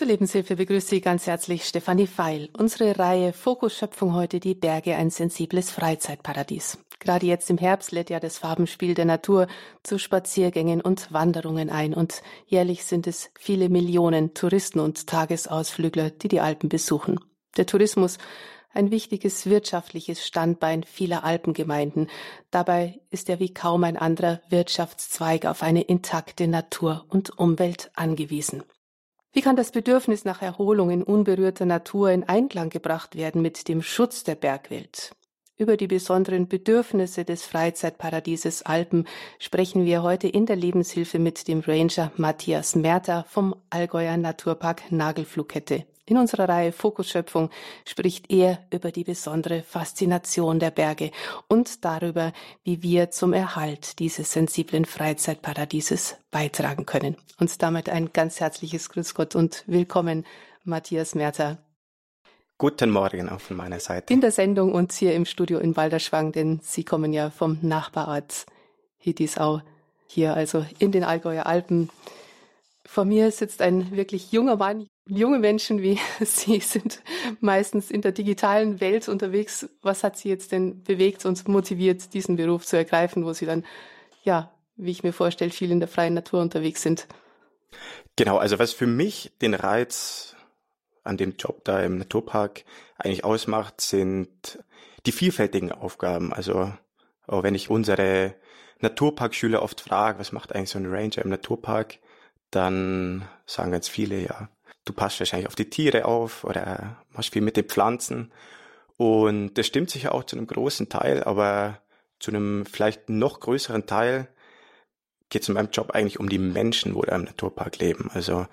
Zur Lebenshilfe begrüßt Sie ganz herzlich Stefanie Feil. Unsere Reihe Fokus Schöpfung heute die Berge, ein sensibles Freizeitparadies. Gerade jetzt im Herbst lädt ja das Farbenspiel der Natur zu Spaziergängen und Wanderungen ein. Und jährlich sind es viele Millionen Touristen und Tagesausflügler, die die Alpen besuchen. Der Tourismus, ein wichtiges wirtschaftliches Standbein vieler Alpengemeinden. Dabei ist er wie kaum ein anderer Wirtschaftszweig auf eine intakte Natur und Umwelt angewiesen. Wie kann das Bedürfnis nach Erholung in unberührter Natur in Einklang gebracht werden mit dem Schutz der Bergwelt? Über die besonderen Bedürfnisse des Freizeitparadieses Alpen sprechen wir heute in der Lebenshilfe mit dem Ranger Matthias Merter vom Allgäuer Naturpark Nagelfluhkette. In unserer Reihe Fokus Schöpfung spricht er über die besondere Faszination der Berge und darüber, wie wir zum Erhalt dieses sensiblen Freizeitparadieses beitragen können. Und damit ein ganz herzliches Grüß Gott und willkommen, Matthias Merter. Guten Morgen auch von meiner Seite. In der Sendung und hier im Studio in Balderschwang, denn Sie kommen ja vom Nachbarort Hittisau, hier also in den Allgäuer Alpen. Vor mir sitzt ein wirklich junger Mann. Junge Menschen wie Sie sind meistens in der digitalen Welt unterwegs. Was hat Sie jetzt denn bewegt und motiviert, diesen Beruf zu ergreifen, wo Sie dann, ja, wie ich mir vorstelle, viel in der freien Natur unterwegs sind? Genau, also was für mich den Reiz an dem Job da im Naturpark eigentlich ausmacht, sind die vielfältigen Aufgaben. Also auch wenn ich unsere Naturparkschüler oft frage, was macht eigentlich so ein Ranger im Naturpark, dann sagen ganz viele, ja, du passt wahrscheinlich auf die Tiere auf oder machst viel mit den Pflanzen. Und das stimmt sicher auch zu einem großen Teil, aber zu einem vielleicht noch größeren Teil geht es in meinem Job eigentlich um die Menschen, wo da im Naturpark leben. Also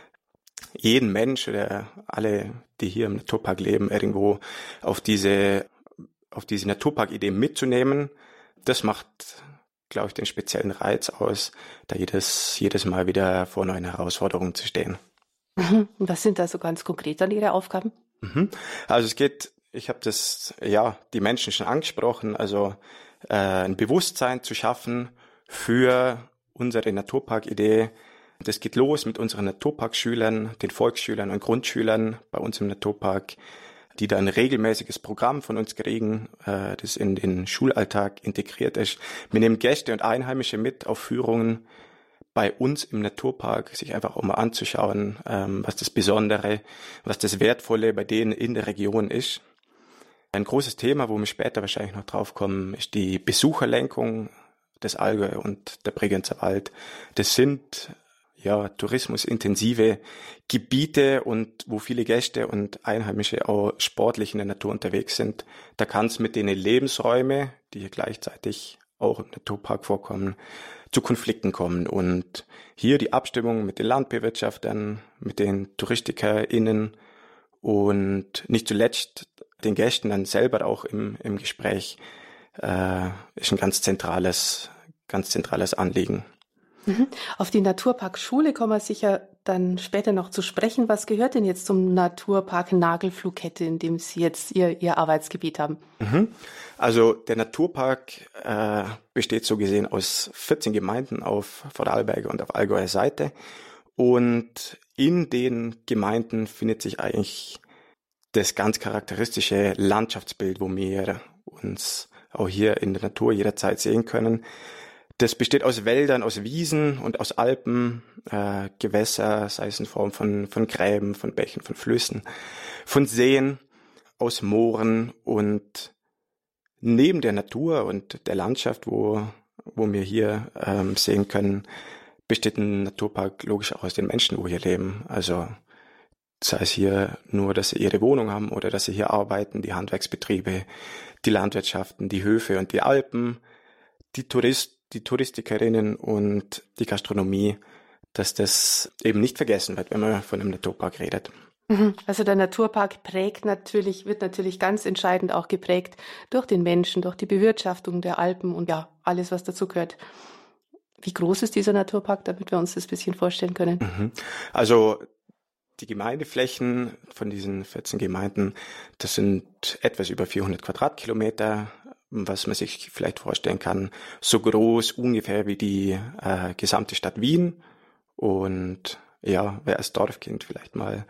jeden Mensch oder alle, die hier im Naturpark leben, irgendwo auf diese Naturpark-Idee mitzunehmen, das macht, glaube ich, den speziellen Reiz aus, da jedes Mal wieder vor neuen Herausforderungen zu stehen. Und was sind da so ganz konkret dann Ihre Aufgaben? Also ich habe die Menschen schon angesprochen, also ein Bewusstsein zu schaffen für unsere Naturpark-Idee. Das geht los mit unseren Naturparkschülern, den Volksschülern und Grundschülern bei uns im Naturpark, die da ein regelmäßiges Programm von uns kriegen, das in den Schulalltag integriert ist. Wir nehmen Gäste und Einheimische mit auf Führungen bei uns im Naturpark, sich einfach auch mal anzuschauen, was das Besondere, was das Wertvolle bei denen in der Region ist. Ein großes Thema, wo wir später wahrscheinlich noch drauf kommen, ist die Besucherlenkung des Allgäu und der Bregenzer Wald. Das sind tourismusintensive Gebiete und wo viele Gäste und Einheimische auch sportlich in der Natur unterwegs sind. Da kann es mit den Lebensräumen, die hier gleichzeitig auch im Naturpark vorkommen, zu Konflikten kommen. Und hier die Abstimmung mit den Landbewirtschaftern, mit den TouristikerInnen und nicht zuletzt den Gästen dann selber auch im Gespräch ist ein ganz zentrales Anliegen. Auf die Naturparkschule kommen wir sicher dann später noch zu sprechen. Was gehört denn jetzt zum Naturpark Nagelfluhkette, in dem Sie jetzt Ihr Arbeitsgebiet haben? Also der Naturpark besteht so gesehen aus 14 Gemeinden auf Vorarlberger und auf Allgäuer Seite. Und in den Gemeinden findet sich eigentlich das ganz charakteristische Landschaftsbild, wo wir uns auch hier in der Natur jederzeit sehen können. Das besteht aus Wäldern, aus Wiesen und aus Alpen, Gewässer, sei es in Form von Gräben, von Bächen, von Flüssen, von Seen, aus Mooren. Und neben der Natur und der Landschaft, wo wir hier sehen können, besteht ein Naturpark logisch auch aus den Menschen, wo hier leben. Also sei es hier nur, dass sie ihre Wohnung haben oder dass sie hier arbeiten, die Handwerksbetriebe, die Landwirtschaften, die Höfe und die Alpen, die Touristikerinnen und die Gastronomie, dass das eben nicht vergessen wird, wenn man von einem Naturpark redet. Also der Naturpark wird natürlich ganz entscheidend auch geprägt durch den Menschen, durch die Bewirtschaftung der Alpen und ja, alles, was dazu gehört. Wie groß ist dieser Naturpark, damit wir uns das ein bisschen vorstellen können? Also die Gemeindeflächen von diesen 14 Gemeinden, das sind etwas über 400 Quadratkilometer, was man sich vielleicht vorstellen kann, so groß ungefähr wie die gesamte Stadt Wien und ja, wer als Dorfkind vielleicht mal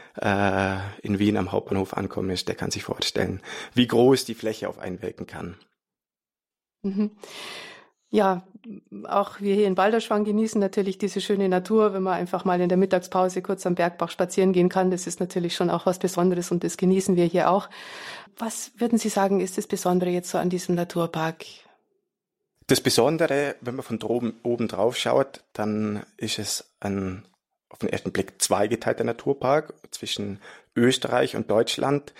in Wien am Hauptbahnhof ankommen ist, der kann sich vorstellen, wie groß die Fläche auf einen wirken kann. Mhm. Ja, auch wir hier in Balderschwang genießen natürlich diese schöne Natur, wenn man einfach mal in der Mittagspause kurz am Bergbach spazieren gehen kann. Das ist natürlich schon auch was Besonderes und das genießen wir hier auch. Was würden Sie sagen, ist das Besondere jetzt so an diesem Naturpark? Das Besondere, wenn man von oben drauf schaut, dann ist es auf den ersten Blick zweigeteilter Naturpark zwischen Österreich und Deutschland.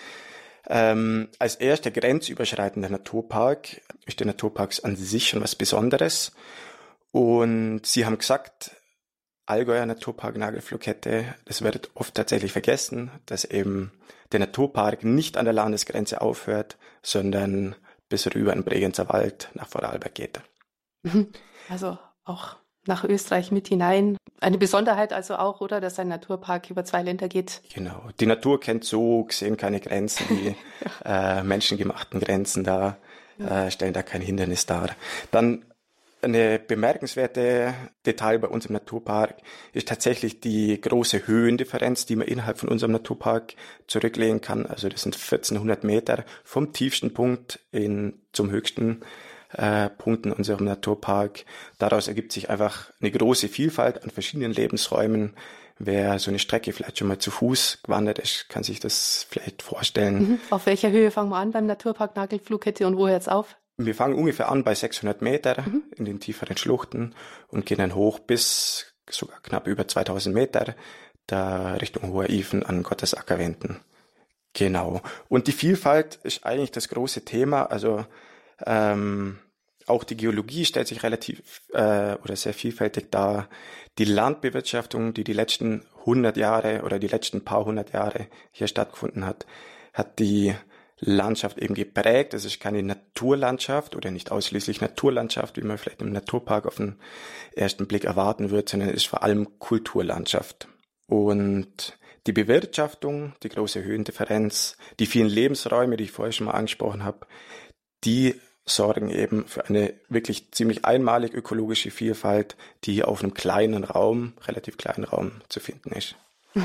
Als erster grenzüberschreitender Naturpark ist der Naturpark an sich schon was Besonderes. Und Sie haben gesagt, Allgäuer Naturpark Nagelfluhkette, das wird oft tatsächlich vergessen, dass eben der Naturpark nicht an der Landesgrenze aufhört, sondern bis rüber in Bregenzer Wald nach Vorarlberg geht. Also auch nach Österreich mit hinein. Eine Besonderheit also auch, oder, dass ein Naturpark über 2 Länder geht? Genau. Die Natur kennt so gesehen keine Grenzen, die menschengemachten Grenzen da stellen da kein Hindernis dar. Dann eine bemerkenswerte Detail bei uns im Naturpark ist tatsächlich die große Höhendifferenz, die man innerhalb von unserem Naturpark zurücklegen kann. Also das sind 1400 Meter vom tiefsten Punkt zum höchsten Punkt in unserem Naturpark. Daraus ergibt sich einfach eine große Vielfalt an verschiedenen Lebensräumen. Wer so eine Strecke vielleicht schon mal zu Fuß gewandert ist, kann sich das vielleicht vorstellen. Auf welcher Höhe fangen wir an beim Naturpark Nagelfluhkette und wo hört's auf? Wir fangen ungefähr an bei 600 Meter in den tieferen Schluchten und gehen dann hoch bis sogar knapp über 2000 Meter, da Richtung Hoher Ifen an Gottesacker wenden. Genau. Und die Vielfalt ist eigentlich das große Thema. Also auch die Geologie stellt sich relativ oder sehr vielfältig dar. Die Landbewirtschaftung, die letzten 100 Jahre oder die letzten paar 100 Jahre hier stattgefunden hat, hat die Landschaft eben geprägt. Es ist keine Naturlandschaft oder nicht ausschließlich Naturlandschaft, wie man vielleicht im Naturpark auf den ersten Blick erwarten wird, sondern es ist vor allem Kulturlandschaft. Und die Bewirtschaftung, die große Höhendifferenz, die vielen Lebensräume, die ich vorher schon mal angesprochen habe, die sorgen eben für eine wirklich ziemlich einmalig ökologische Vielfalt, die auf einem relativ kleinen Raum zu finden ist.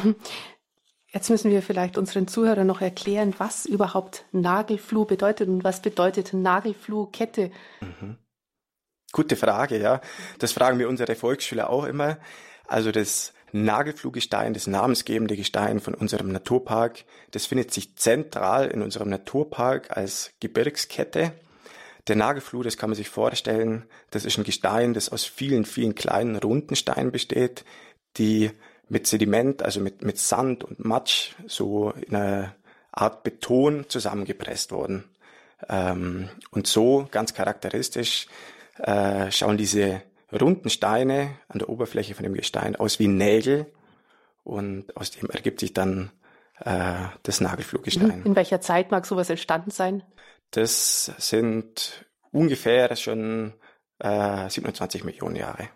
Jetzt müssen wir vielleicht unseren Zuhörern noch erklären, was überhaupt Nagelfluh bedeutet und was bedeutet Nagelfluhkette? Gute Frage, ja. Das fragen wir unsere Volksschüler auch immer. Also das Nagelfluhgestein, das namensgebende Gestein von unserem Naturpark, das findet sich zentral in unserem Naturpark als Gebirgskette. Der Nagelfluh, das kann man sich vorstellen, das ist ein Gestein, das aus vielen, vielen kleinen runden Steinen besteht, die mit Sediment, also mit Sand und Matsch, so in einer Art Beton zusammengepresst wurden. Und so, ganz charakteristisch, schauen diese runden Steine an der Oberfläche von dem Gestein aus wie Nägel und aus dem ergibt sich dann das Nagelfluhgestein. In welcher Zeit mag sowas entstanden sein? Das sind ungefähr schon 27 Millionen Jahre.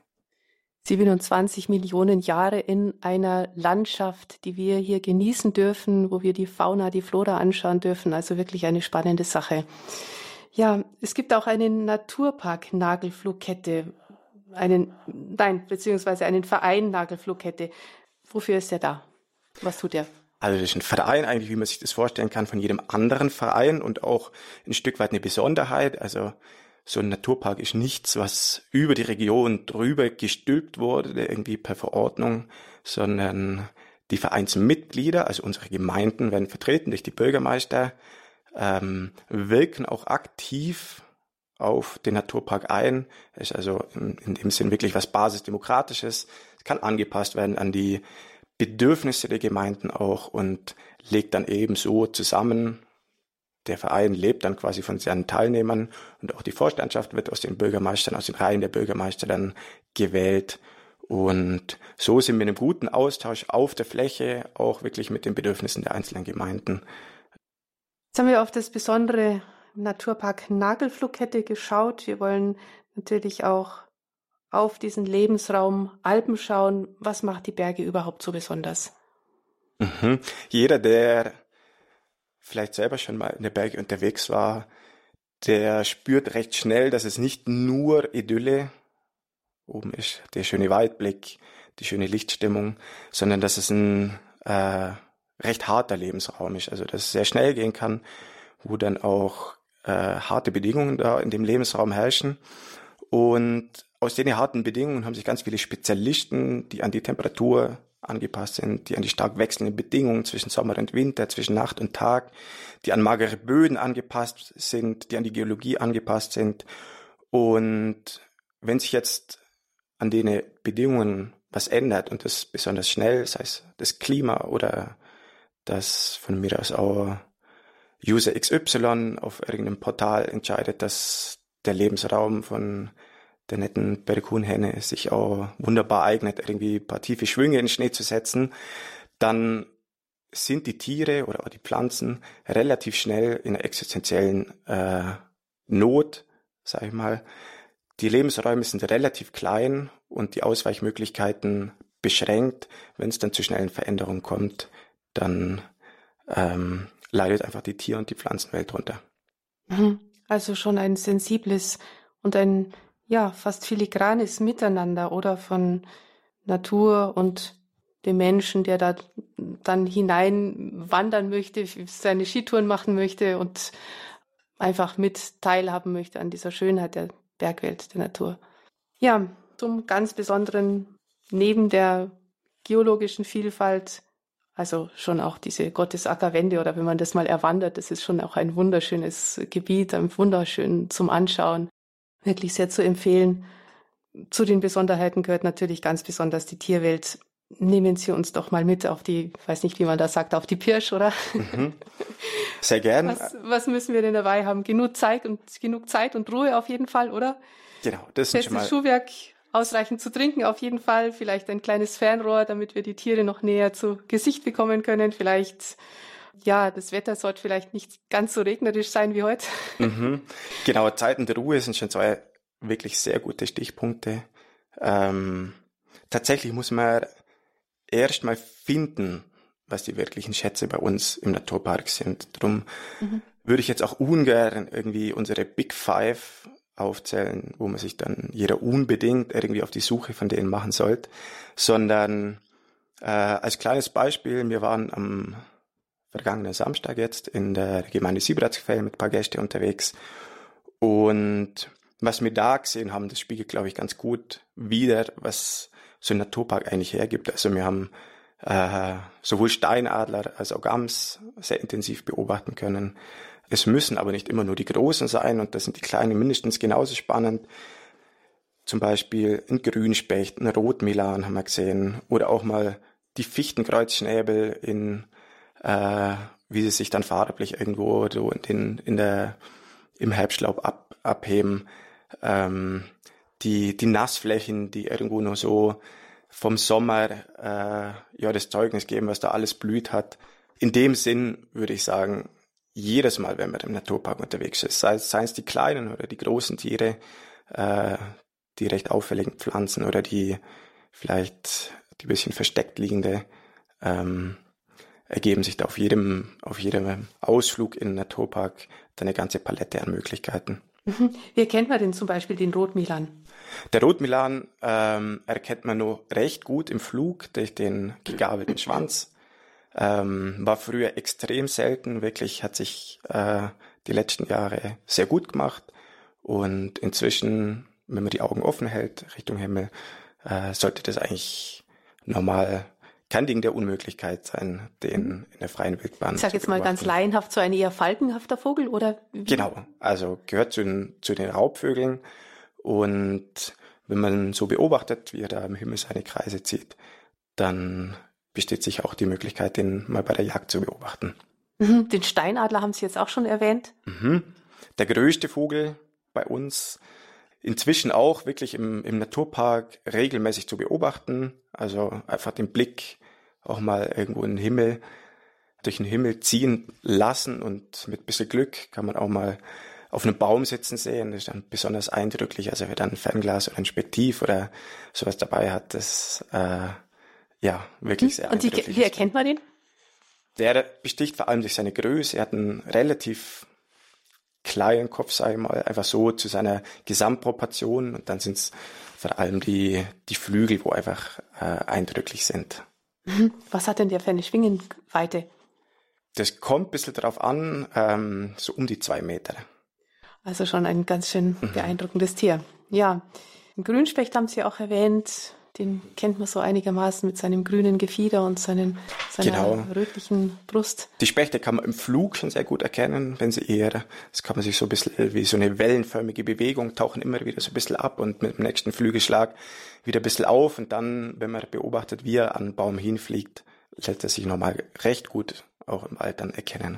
27 Millionen Jahre in einer Landschaft, die wir hier genießen dürfen, wo wir die Fauna, die Flora anschauen dürfen. Also wirklich eine spannende Sache. Ja, es gibt auch einen Naturpark Nagelfluhkette, beziehungsweise einen Verein Nagelfluhkette. Wofür ist er da? Was tut er? Also das ist ein Verein eigentlich, wie man sich das vorstellen kann, von jedem anderen Verein und auch ein Stück weit eine Besonderheit. Also so ein Naturpark ist nichts, was über die Region drüber gestülpt wurde, irgendwie per Verordnung, sondern die Vereinsmitglieder, also unsere Gemeinden, werden vertreten durch die Bürgermeister, wirken auch aktiv auf den Naturpark ein. Ist also in dem Sinn wirklich was Basisdemokratisches. Es kann angepasst werden an die Bedürfnisse der Gemeinden auch und legt dann eben so zusammen. Der Verein lebt dann quasi von seinen Teilnehmern und auch die Vorstandschaft wird aus den Reihen der Bürgermeister dann gewählt. Und so sind wir in einem guten Austausch auf der Fläche, auch wirklich mit den Bedürfnissen der einzelnen Gemeinden. Jetzt haben wir auf das besondere Naturpark Nagelfluhkette geschaut. Wir wollen natürlich auch auf diesen Lebensraum Alpen schauen. Was macht die Berge überhaupt so besonders? Jeder, der vielleicht selber schon mal in der Berge unterwegs war, der spürt recht schnell, dass es nicht nur Idylle oben ist, der schöne Weitblick, die schöne Lichtstimmung, sondern dass es ein recht harter Lebensraum ist, also dass es sehr schnell gehen kann, wo dann auch harte Bedingungen da in dem Lebensraum herrschen. Und aus den harten Bedingungen haben sich ganz viele Spezialisten, die an die Temperatur angepasst sind, die an die stark wechselnden Bedingungen zwischen Sommer und Winter, zwischen Nacht und Tag, die an magere Böden angepasst sind, die an die Geologie angepasst sind. Und wenn sich jetzt an den Bedingungen was ändert und das besonders schnell, sei es das Klima oder das von mir aus auch User XY auf irgendeinem Portal entscheidet, dass der Lebensraum von der netten Berghuhnhenne sich auch wunderbar eignet, irgendwie ein paar tiefe Schwünge in den Schnee zu setzen, dann sind die Tiere oder auch die Pflanzen relativ schnell in einer existenziellen Not, sag ich mal. Die Lebensräume sind relativ klein und die Ausweichmöglichkeiten beschränkt. Wenn es dann zu schnellen Veränderungen kommt, dann leidet einfach die Tier- und die Pflanzenwelt drunter. Also schon ein sensibles und ein fast filigranes Miteinander, oder, von Natur und dem Menschen, der da dann hinein wandern möchte, seine Skitouren machen möchte und einfach mit teilhaben möchte an dieser Schönheit der Bergwelt, der Natur. Ja, zum ganz Besonderen neben der geologischen Vielfalt, also schon auch diese Gottesackerwände, oder wenn man das mal erwandert, das ist schon auch ein wunderschönes Gebiet, ein wunderschön zum Anschauen, wirklich sehr zu empfehlen. Zu den Besonderheiten gehört natürlich ganz besonders die Tierwelt. Nehmen Sie uns doch mal mit auf die, weiß nicht, wie man das sagt, auf die Pirsch, oder? Sehr gern. Was müssen wir denn dabei haben? Genug Zeit und Ruhe auf jeden Fall, oder? Genau, das ist schon mal. Festes Schuhwerk, ausreichend zu trinken auf jeden Fall, vielleicht ein kleines Fernrohr, damit wir die Tiere noch näher zu Gesicht bekommen können. Vielleicht, das Wetter sollte vielleicht nicht ganz so regnerisch sein wie heute. Genau, Zeiten der Ruhe sind schon zwei wirklich sehr gute Stichpunkte. Tatsächlich muss man erst mal finden, was die wirklichen Schätze bei uns im Naturpark sind. Darum würde ich jetzt auch ungern irgendwie unsere Big Five aufzählen, wo man sich dann jeder unbedingt irgendwie auf die Suche von denen machen sollte, sondern als kleines Beispiel, wir waren am vergangenen Samstag jetzt in der Gemeinde Siebratsgfäll mit ein paar Gästen unterwegs, und was wir da gesehen haben, das spiegelt, glaube ich, ganz gut wider, was so ein Naturpark eigentlich hergibt. Also wir haben sowohl Steinadler als auch Gams sehr intensiv beobachten können. Es müssen aber nicht immer nur die Großen sein, und da sind die Kleinen mindestens genauso spannend. Zum Beispiel ein Grünspecht, ein Rotmilan haben wir gesehen, oder auch mal die Fichtenkreuzschnäbel wie sie sich dann farblich irgendwo so im Herbstlaub abheben. Die Nassflächen, die irgendwo nur so vom Sommer das Zeugnis geben, was da alles blüht hat. In dem Sinn würde ich sagen, jedes Mal, wenn man im Naturpark unterwegs ist, seien es die kleinen oder die großen Tiere, die recht auffälligen Pflanzen oder die vielleicht die bisschen versteckt liegende, ergeben sich da auf jedem Ausflug in den Naturpark dann eine ganze Palette an Möglichkeiten. Wie erkennt man denn zum Beispiel den Rotmilan? Der Rotmilan erkennt man nur recht gut im Flug durch den gegabelten Schwanz. War früher extrem selten, wirklich hat sich die letzten Jahre sehr gut gemacht, und inzwischen, wenn man die Augen offen hält Richtung Himmel, sollte das eigentlich normal kein Ding der Unmöglichkeit sein, den in der freien Wildbahn. Ich sage jetzt mal ganz laienhaft, so ein eher falkenhafter Vogel, oder? Wie? Genau, also gehört zu den Raubvögeln, und wenn man so beobachtet, wie er da im Himmel seine Kreise zieht, dann besteht sich auch die Möglichkeit, den mal bei der Jagd zu beobachten. Den Steinadler haben Sie jetzt auch schon erwähnt. Der größte Vogel bei uns, inzwischen auch wirklich im Naturpark regelmäßig zu beobachten. Also einfach den Blick auch mal irgendwo durch den Himmel ziehen lassen, und mit ein bisschen Glück kann man auch mal auf einem Baum sitzen sehen. Das ist dann besonders eindrücklich. Also wer dann ein Fernglas oder ein Spektiv oder sowas dabei hat, das wirklich sehr eindrücklich. Und wie erkennt man den? Der besticht vor allem durch seine Größe. Er hat einen relativ kleinen Kopf, sage ich mal, einfach so zu seiner Gesamtproportion. Und dann sind es vor allem die Flügel, wo einfach eindrücklich sind. Was hat denn der für eine Schwingenweite? Das kommt ein bisschen drauf an, so um die 2 Meter. Also schon ein ganz schön beeindruckendes Tier. Ja, den Grünspecht haben Sie auch erwähnt. Den kennt man so einigermaßen mit seinem grünen Gefieder und seiner rötlichen Brust. Die Spechte kann man im Flug schon sehr gut erkennen, das kann man sich so ein bisschen wie so eine wellenförmige Bewegung, tauchen immer wieder so ein bisschen ab und mit dem nächsten Flügelschlag wieder ein bisschen auf. Und dann, wenn man beobachtet, wie er an einen Baum hinfliegt, lässt er sich nochmal recht gut auch im Wald dann erkennen.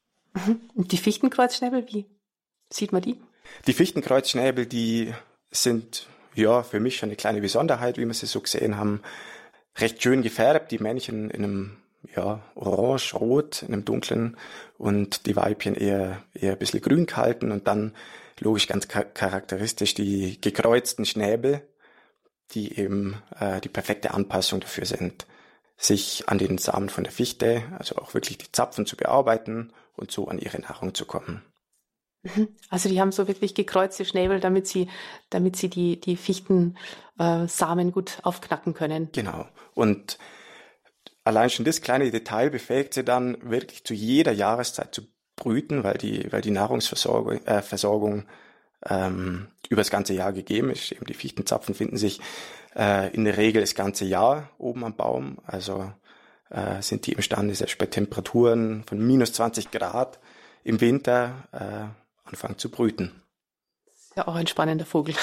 Und die Fichtenkreuzschnäbel, wie sieht man die? Die Fichtenkreuzschnäbel, die sind für mich schon eine kleine Besonderheit, wie wir sie so gesehen haben. Recht schön gefärbt, die Männchen in einem orange, rot, in einem dunklen und die Weibchen eher ein bisschen grün gehalten und dann logisch ganz charakteristisch die gekreuzten Schnäbel, die eben die perfekte Anpassung dafür sind, sich an den Samen von der Fichte, also auch wirklich die Zapfen zu bearbeiten und so an ihre Nahrung zu kommen. Also die haben so wirklich gekreuzte Schnäbel, damit sie die Fichtensamen gut aufknacken können. Genau. Und allein schon das kleine Detail befähigt sie dann wirklich zu jeder Jahreszeit zu brüten, weil die Nahrungsversorgung über das ganze Jahr gegeben ist. Eben die Fichtenzapfen finden sich in der Regel das ganze Jahr oben am Baum. Also sind die imstande, selbst bei Temperaturen von minus 20 Grad im Winter anfangen zu brüten. Ja, auch ein spannender Vogel.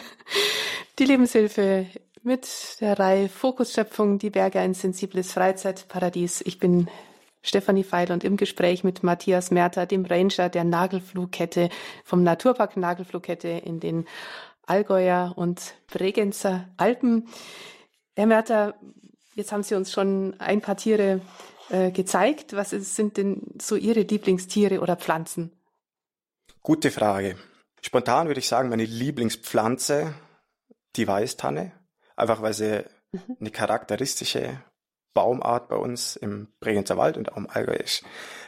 Die Lebenshilfe mit der Reihe Fokusschöpfung, die Berge, ein sensibles Freizeitparadies. Ich bin Stefanie Feil und im Gespräch mit Matthias Merter, dem Ranger der Nagelfluhkette vom Naturpark Nagelfluhkette in den Allgäuer und Bregenzer Alpen. Herr Merter, jetzt haben Sie uns schon ein paar Tiere gezeigt. Was sind denn so Ihre Lieblingstiere oder Pflanzen? Gute Frage. Spontan würde ich sagen, meine Lieblingspflanze, die Weißtanne. Einfach weil sie eine charakteristische Baumart bei uns im Bregenzer Wald und auch im Allgäu ist.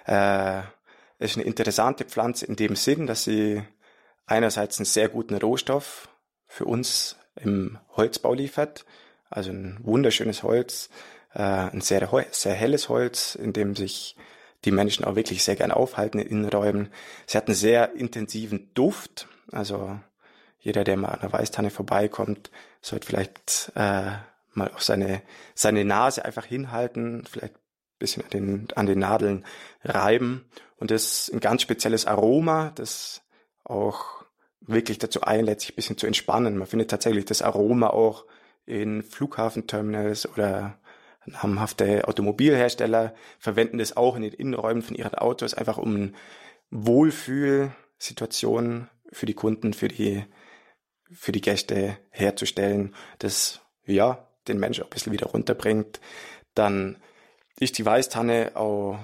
Es ist eine interessante Pflanze in dem Sinn, dass sie einerseits einen sehr guten Rohstoff für uns im Holzbau liefert. Also ein wunderschönes Holz, ein sehr helles Holz, in dem sich die Menschen auch wirklich sehr gern aufhalten in Innenräumen. Sie hat einen sehr intensiven Duft. Also jeder, der mal an der Weißtanne vorbeikommt, sollte vielleicht mal auch seine Nase einfach hinhalten, vielleicht ein bisschen an den Nadeln reiben. Und das ist ein ganz spezielles Aroma, das auch wirklich dazu einlädt, sich ein bisschen zu entspannen. Man findet tatsächlich das Aroma auch in Flughafenterminals oder namhafte Automobilhersteller verwenden das auch in den Innenräumen von ihren Autos, einfach um eine Wohlfühlsituation für die Kunden, für die Gäste herzustellen, das den Menschen auch ein bisschen wieder runterbringt. Dann ist die Weißtanne auch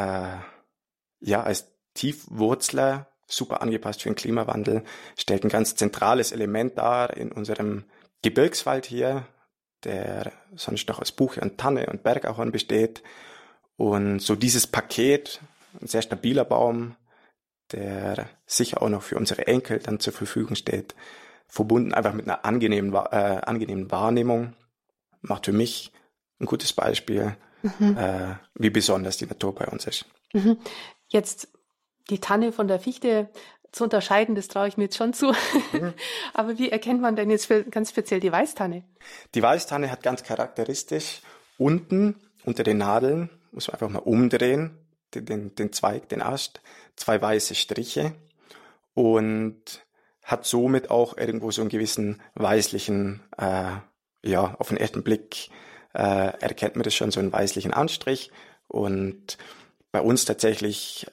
als Tiefwurzler super angepasst für den Klimawandel, stellt ein ganz zentrales Element dar in unserem Gebirgswald hier, der sonst noch aus Buche und Tanne und Bergahorn besteht. Und so dieses Paket, ein sehr stabiler Baum, der sicher auch noch für unsere Enkel dann zur Verfügung steht, verbunden einfach mit einer angenehmen Wahrnehmung, macht für mich ein gutes Beispiel, wie besonders die Natur bei uns ist. Jetzt die Tanne von der Fichte zu unterscheiden, das traue ich mir jetzt schon zu. Aber wie erkennt man denn jetzt ganz speziell die Weißtanne? Die Weißtanne hat ganz charakteristisch unten unter den Nadeln, muss man einfach mal umdrehen, den Zweig, den Ast, 2 weiße Striche und hat somit auch irgendwo so einen gewissen weißlichen, auf den ersten Blick erkennt man das schon, so einen weißlichen Anstrich. Und bei uns tatsächlich,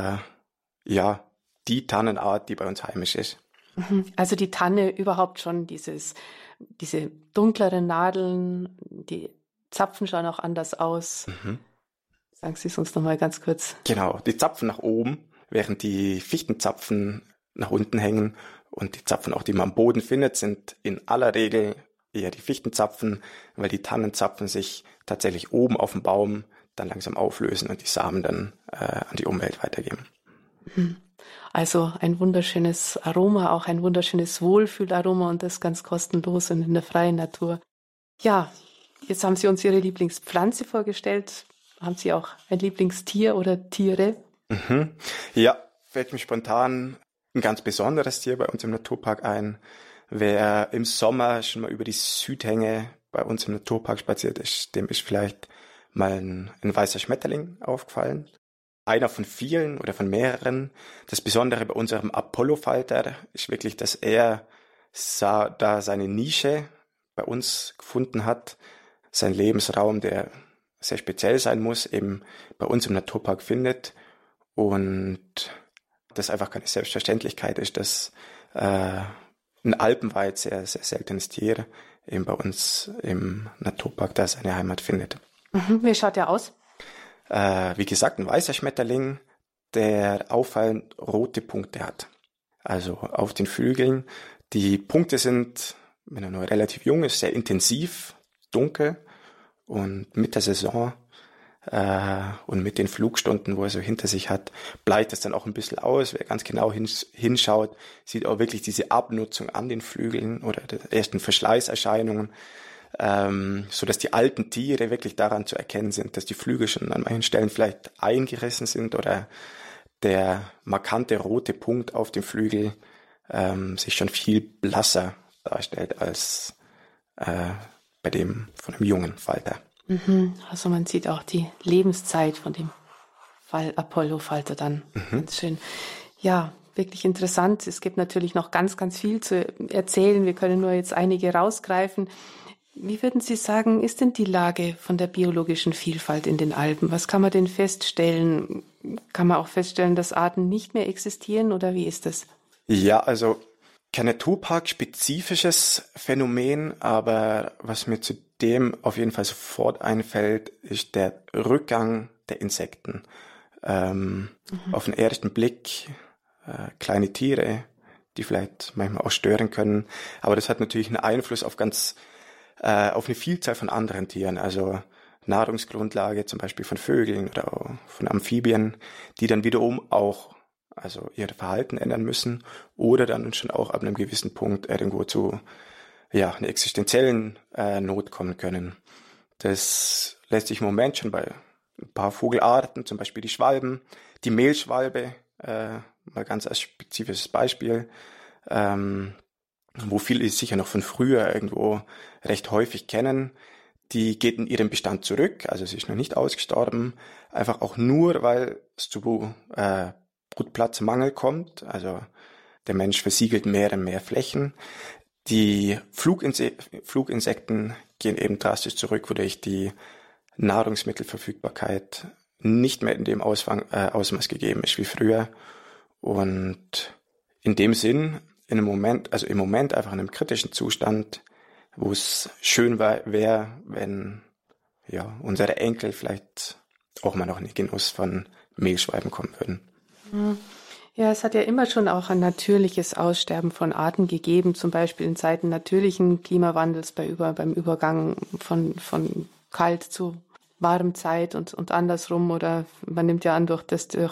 die Tannenart, die bei uns heimisch ist. Also die Tanne überhaupt schon diese dunkleren Nadeln, die Zapfen schauen auch anders aus. Sagen Sie es uns nochmal ganz kurz. Genau, die Zapfen nach oben, während die Fichtenzapfen nach unten hängen. Und die Zapfen auch, die man am Boden findet, sind in aller Regel eher die Fichtenzapfen, weil die Tannenzapfen sich tatsächlich oben auf dem Baum dann langsam auflösen und die Samen dann an die Umwelt weitergeben. Also ein wunderschönes Aroma, auch ein wunderschönes Wohlfühlaroma und das ganz kostenlos und in der freien Natur. Ja, jetzt haben Sie uns Ihre Lieblingspflanze vorgestellt. Haben Sie auch ein Lieblingstier oder Tiere? Mhm. Ja, fällt mir spontan ein ganz besonderes Tier bei uns im Naturpark ein. Wer im Sommer schon mal über die Südhänge bei uns im Naturpark spaziert ist, dem ist vielleicht mal ein weißer Schmetterling aufgefallen. Einer von vielen oder von mehreren. Das Besondere bei unserem Apollo-Falter ist wirklich, dass er da seine Nische bei uns gefunden hat, sein Lebensraum, der sehr speziell sein muss, eben bei uns im Naturpark findet und das einfach keine Selbstverständlichkeit ist, dass ein alpenweit sehr, sehr seltenes Tier eben bei uns im Naturpark da seine Heimat findet. Wie schaut der aus? Wie gesagt, ein weißer Schmetterling, der auffallend rote Punkte hat. Also auf den Flügeln. Die Punkte sind, wenn er noch relativ jung ist, sehr intensiv, dunkel und mit der Saison und mit den Flugstunden, wo er so hinter sich hat, bleicht es dann auch ein bisschen aus. Wer ganz genau hinschaut, sieht auch wirklich diese Abnutzung an den Flügeln oder die ersten Verschleißerscheinungen, so dass die alten Tiere wirklich daran zu erkennen sind, dass die Flügel schon an manchen Stellen vielleicht eingerissen sind oder der markante rote Punkt auf dem Flügel sich schon viel blasser darstellt als bei dem von einem jungen Falter. Also man sieht auch die Lebenszeit von dem Apollo-Falter dann. Ganz schön. Ja, wirklich interessant. Es gibt natürlich noch ganz, ganz viel zu erzählen. Wir können nur jetzt einige rausgreifen. Wie würden Sie sagen, ist denn die Lage von der biologischen Vielfalt in den Alpen? Was kann man denn feststellen? Kann man auch feststellen, dass Arten nicht mehr existieren oder wie ist das? Ja, also kein Naturpark-spezifisches Phänomen, aber was mir zudem auf jeden Fall sofort einfällt, ist der Rückgang der Insekten. Auf den ersten Blick kleine Tiere, die vielleicht manchmal auch stören können, aber das hat natürlich einen Einfluss auf auf eine Vielzahl von anderen Tieren, also Nahrungsgrundlage zum Beispiel von Vögeln oder auch von Amphibien, die dann wiederum auch also ihr Verhalten ändern müssen oder dann schon auch ab einem gewissen Punkt irgendwo zu einer existenziellen Not kommen können. Das lässt sich im Moment schon bei ein paar Vogelarten, zum Beispiel die Schwalben, die Mehlschwalbe, mal ganz als spezifisches Beispiel, wo viele sicher noch von früher irgendwo recht häufig kennen, die geht in ihrem Bestand zurück, also sie ist noch nicht ausgestorben, einfach auch nur, weil es zu Brutplatzmangel kommt, also der Mensch versiegelt mehr und mehr Flächen. Die Fluginsekten gehen eben drastisch zurück, wodurch die Nahrungsmittelverfügbarkeit nicht mehr in dem Ausmaß gegeben ist wie früher. Und in dem Sinn, im Moment einfach in einem kritischen Zustand, wo es schön wäre, wenn unsere Enkel vielleicht auch mal noch in den Genuss von Mehlschwalben kommen würden. Ja, es hat ja immer schon auch ein natürliches Aussterben von Arten gegeben, zum Beispiel in Zeiten natürlichen Klimawandels beim Übergang von kalt zu warm Zeit und andersrum, oder man nimmt ja an, durch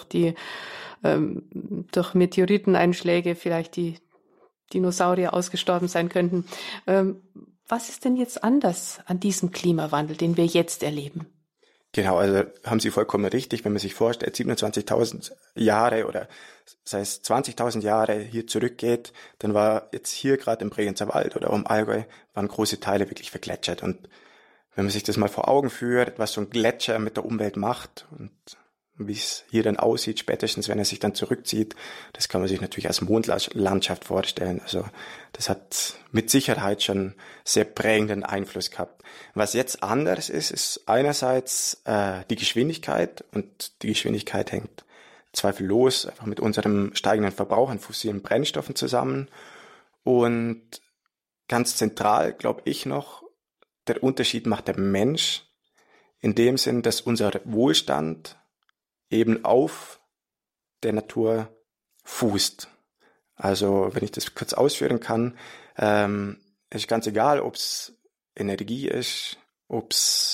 Meteoriteneinschläge vielleicht die Dinosaurier ausgestorben sein könnten. Was ist denn jetzt anders an diesem Klimawandel, den wir jetzt erleben? Genau, also haben Sie vollkommen richtig, wenn man sich vorstellt, 27.000 Jahre oder sei es 20.000 Jahre hier zurückgeht, dann war jetzt hier gerade im Bregenzer Wald oder im Allgäu, waren große Teile wirklich vergletschert. Und wenn man sich das mal vor Augen führt, was so ein Gletscher mit der Umwelt macht und wie es hier dann aussieht, spätestens wenn er sich dann zurückzieht, das kann man sich natürlich als Mondlandschaft vorstellen. Also das hat mit Sicherheit schon sehr prägenden Einfluss gehabt. Was jetzt anders ist einerseits die Geschwindigkeit, und die Geschwindigkeit hängt zweifellos einfach mit unserem steigenden Verbrauch an fossilen Brennstoffen zusammen. Und ganz zentral, glaube ich noch, der Unterschied macht der Mensch in dem Sinn, dass unser Wohlstand eben auf der Natur fußt. Also wenn ich das kurz ausführen kann, ist ganz egal, ob es Energie ist, ob es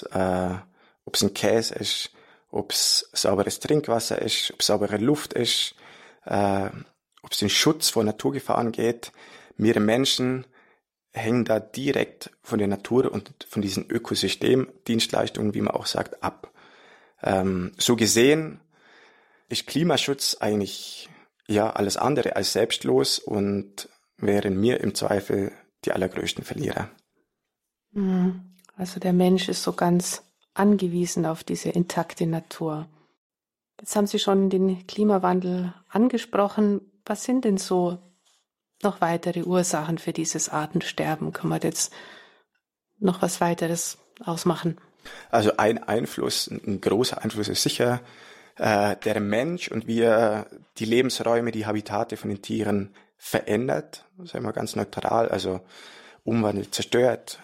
ein Käse ist, ob es sauberes Trinkwasser ist, ob es saubere Luft ist, ob es den Schutz vor Naturgefahren geht. Wir Menschen hängen da direkt von der Natur und von diesen Ökosystemdienstleistungen, wie man auch sagt, ab. So gesehen ist Klimaschutz eigentlich alles andere als selbstlos und wären wir im Zweifel die allergrößten Verlierer. Also der Mensch ist so ganz angewiesen auf diese intakte Natur. Jetzt haben Sie schon den Klimawandel angesprochen. Was sind denn so noch weitere Ursachen für dieses Artensterben? Kann man jetzt noch was weiteres ausmachen? Also ein großer Einfluss ist sicher der Mensch und wie er die Lebensräume, die Habitate von den Tieren verändert, sagen wir ganz neutral, also umwandelt, zerstört.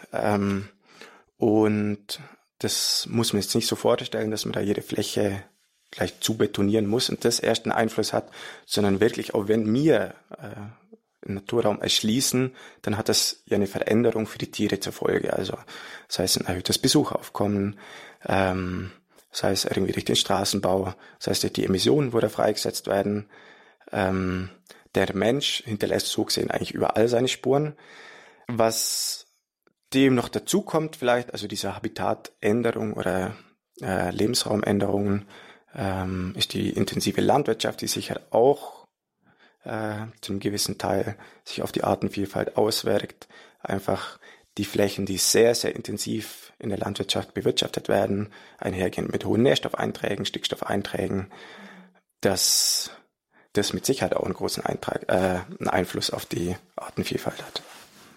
Und das muss man jetzt nicht so vorstellen, dass man da jede Fläche gleich zubetonieren muss und das erst einen Einfluss hat, sondern wirklich auch wenn wir einen Naturraum erschließen, dann hat das ja eine Veränderung für die Tiere zur Folge. Also das heißt ein erhöhtes Besucheraufkommen, das heißt irgendwie durch den Straßenbau, das heißt durch die Emissionen, wo da freigesetzt werden. Der Mensch hinterlässt so gesehen eigentlich überall seine Spuren. Was dem noch dazu kommt vielleicht, also diese Habitatänderung oder Lebensraumänderungen, ist die intensive Landwirtschaft, die sicher auch zum gewissen Teil sich auf die Artenvielfalt auswirkt. Einfach die Flächen, die sehr, sehr intensiv in der Landwirtschaft bewirtschaftet werden, einhergehend mit hohen Nährstoffeinträgen, Stickstoffeinträgen, dass das mit Sicherheit auch einen großen einen Einfluss auf die Artenvielfalt hat.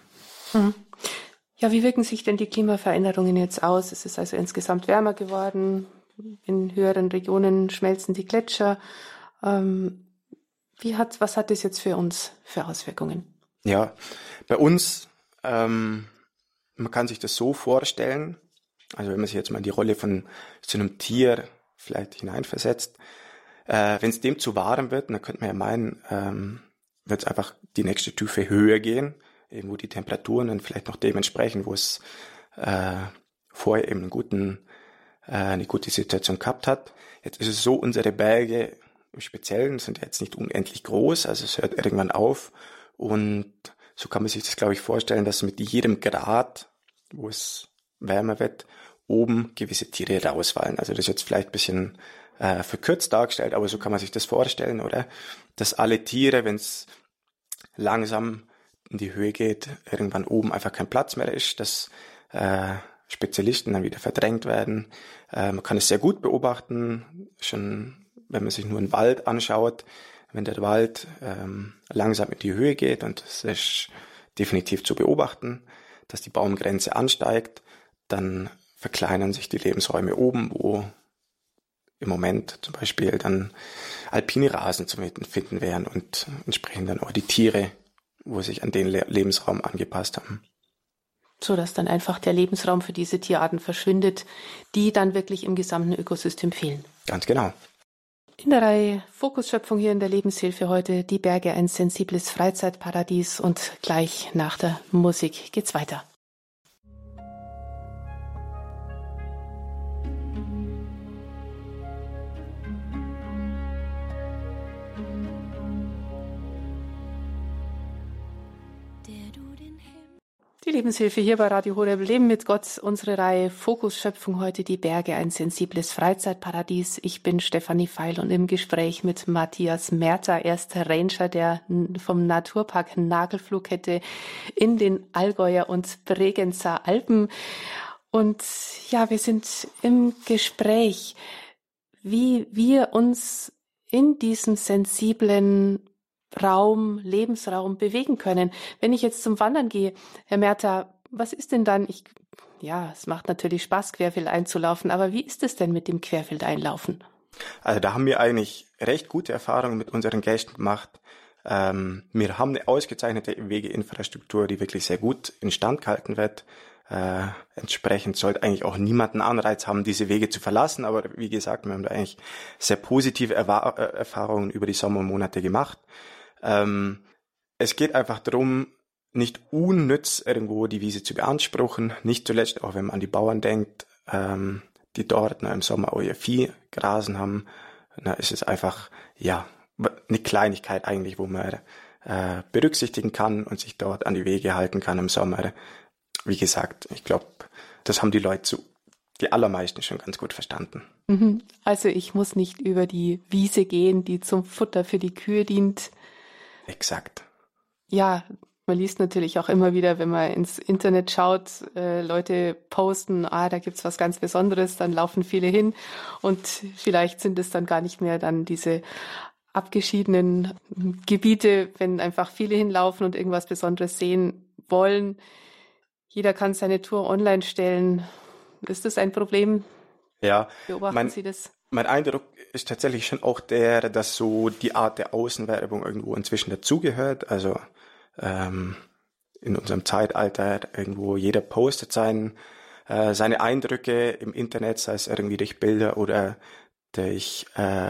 Ja, wie wirken sich denn die Klimaveränderungen jetzt aus? Es ist also insgesamt wärmer geworden, in höheren Regionen schmelzen die Gletscher. Was hat das jetzt für uns für Auswirkungen? Ja, bei uns, man kann sich das so vorstellen, also wenn man sich jetzt mal in die Rolle von so einem Tier vielleicht hineinversetzt, wenn es dem zu warm wird, dann könnte man ja meinen, wird es einfach die nächste Stufe höher gehen, eben wo die Temperaturen dann vielleicht noch dementsprechend, wo es vorher eben eine gute Situation gehabt hat. Jetzt ist es so, unsere Berge im Speziellen sind jetzt nicht unendlich groß, also es hört irgendwann auf und so kann man sich das, glaube ich, vorstellen, dass mit jedem Grad, wo es wärmer wird, oben gewisse Tiere rausfallen. Also das ist jetzt vielleicht ein bisschen verkürzt dargestellt, aber so kann man sich das vorstellen, oder? Dass alle Tiere, wenn es langsam in die Höhe geht, irgendwann oben einfach kein Platz mehr ist, dass Spezialisten dann wieder verdrängt werden. Man kann es sehr gut beobachten, schon wenn man sich nur einen Wald anschaut, wenn der Wald langsam in die Höhe geht, und das ist definitiv zu beobachten, dass die Baumgrenze ansteigt, dann verkleinern sich die Lebensräume oben, wo im Moment zum Beispiel dann alpine Rasen zu finden wären und entsprechend dann auch die Tiere, wo sich an den Lebensraum angepasst haben. So dass dann einfach der Lebensraum für diese Tierarten verschwindet, die dann wirklich im gesamten Ökosystem fehlen. Ganz genau. In der Reihe Fokusschöpfung hier in der Lebenshilfe heute die Berge, ein sensibles Freizeitparadies, und gleich nach der Musik geht's weiter. Die Lebenshilfe hier bei Radio Horeb, Leben mit Gott, unsere Reihe Fokusschöpfung heute die Berge, ein sensibles Freizeitparadies. Ich bin Stefanie Feil und im Gespräch mit Matthias Merter, erster Ranger vom Naturpark Nagelfluhkette in den Allgäuer und Bregenzer Alpen. Und ja, wir sind im Gespräch, wie wir uns in diesem sensiblen Lebensraum bewegen können. Wenn ich jetzt zum Wandern gehe, Herr Merter, was ist denn dann? Es macht natürlich Spaß, querfeld einzulaufen, aber wie ist es denn mit dem Querfeldeinlaufen? Also da haben wir eigentlich recht gute Erfahrungen mit unseren Gästen gemacht. Wir haben eine ausgezeichnete Wegeinfrastruktur, die wirklich sehr gut instand gehalten wird. Entsprechend sollte eigentlich auch niemand einen Anreiz haben, diese Wege zu verlassen. Aber wie gesagt, wir haben da eigentlich sehr positive Erfahrungen über die Sommermonate gemacht. Es geht einfach darum, nicht unnütz irgendwo die Wiese zu beanspruchen. Nicht zuletzt auch, wenn man an die Bauern denkt, die dort im Sommer auch ihr Vieh grasen haben. Da ist es einfach, eine Kleinigkeit eigentlich, wo man berücksichtigen kann und sich dort an die Wege halten kann im Sommer. Wie gesagt, ich glaube, das haben die allermeisten schon ganz gut verstanden. Also ich muss nicht über die Wiese gehen, die zum Futter für die Kühe dient. Exakt. Ja, man liest natürlich auch immer wieder, wenn man ins Internet schaut, Leute posten, da gibt's was ganz Besonderes, dann laufen viele hin und vielleicht sind es dann gar nicht mehr dann diese abgeschiedenen Gebiete, wenn einfach viele hinlaufen und irgendwas Besonderes sehen wollen. Jeder kann seine Tour online stellen. Ist das ein Problem? Ja, Beobachten Sie das? mein Eindruck ist tatsächlich schon auch der, dass so die Art der Außenwerbung irgendwo inzwischen dazugehört. Also in unserem Zeitalter irgendwo jeder postet seine Eindrücke im Internet, sei es irgendwie durch Bilder oder durch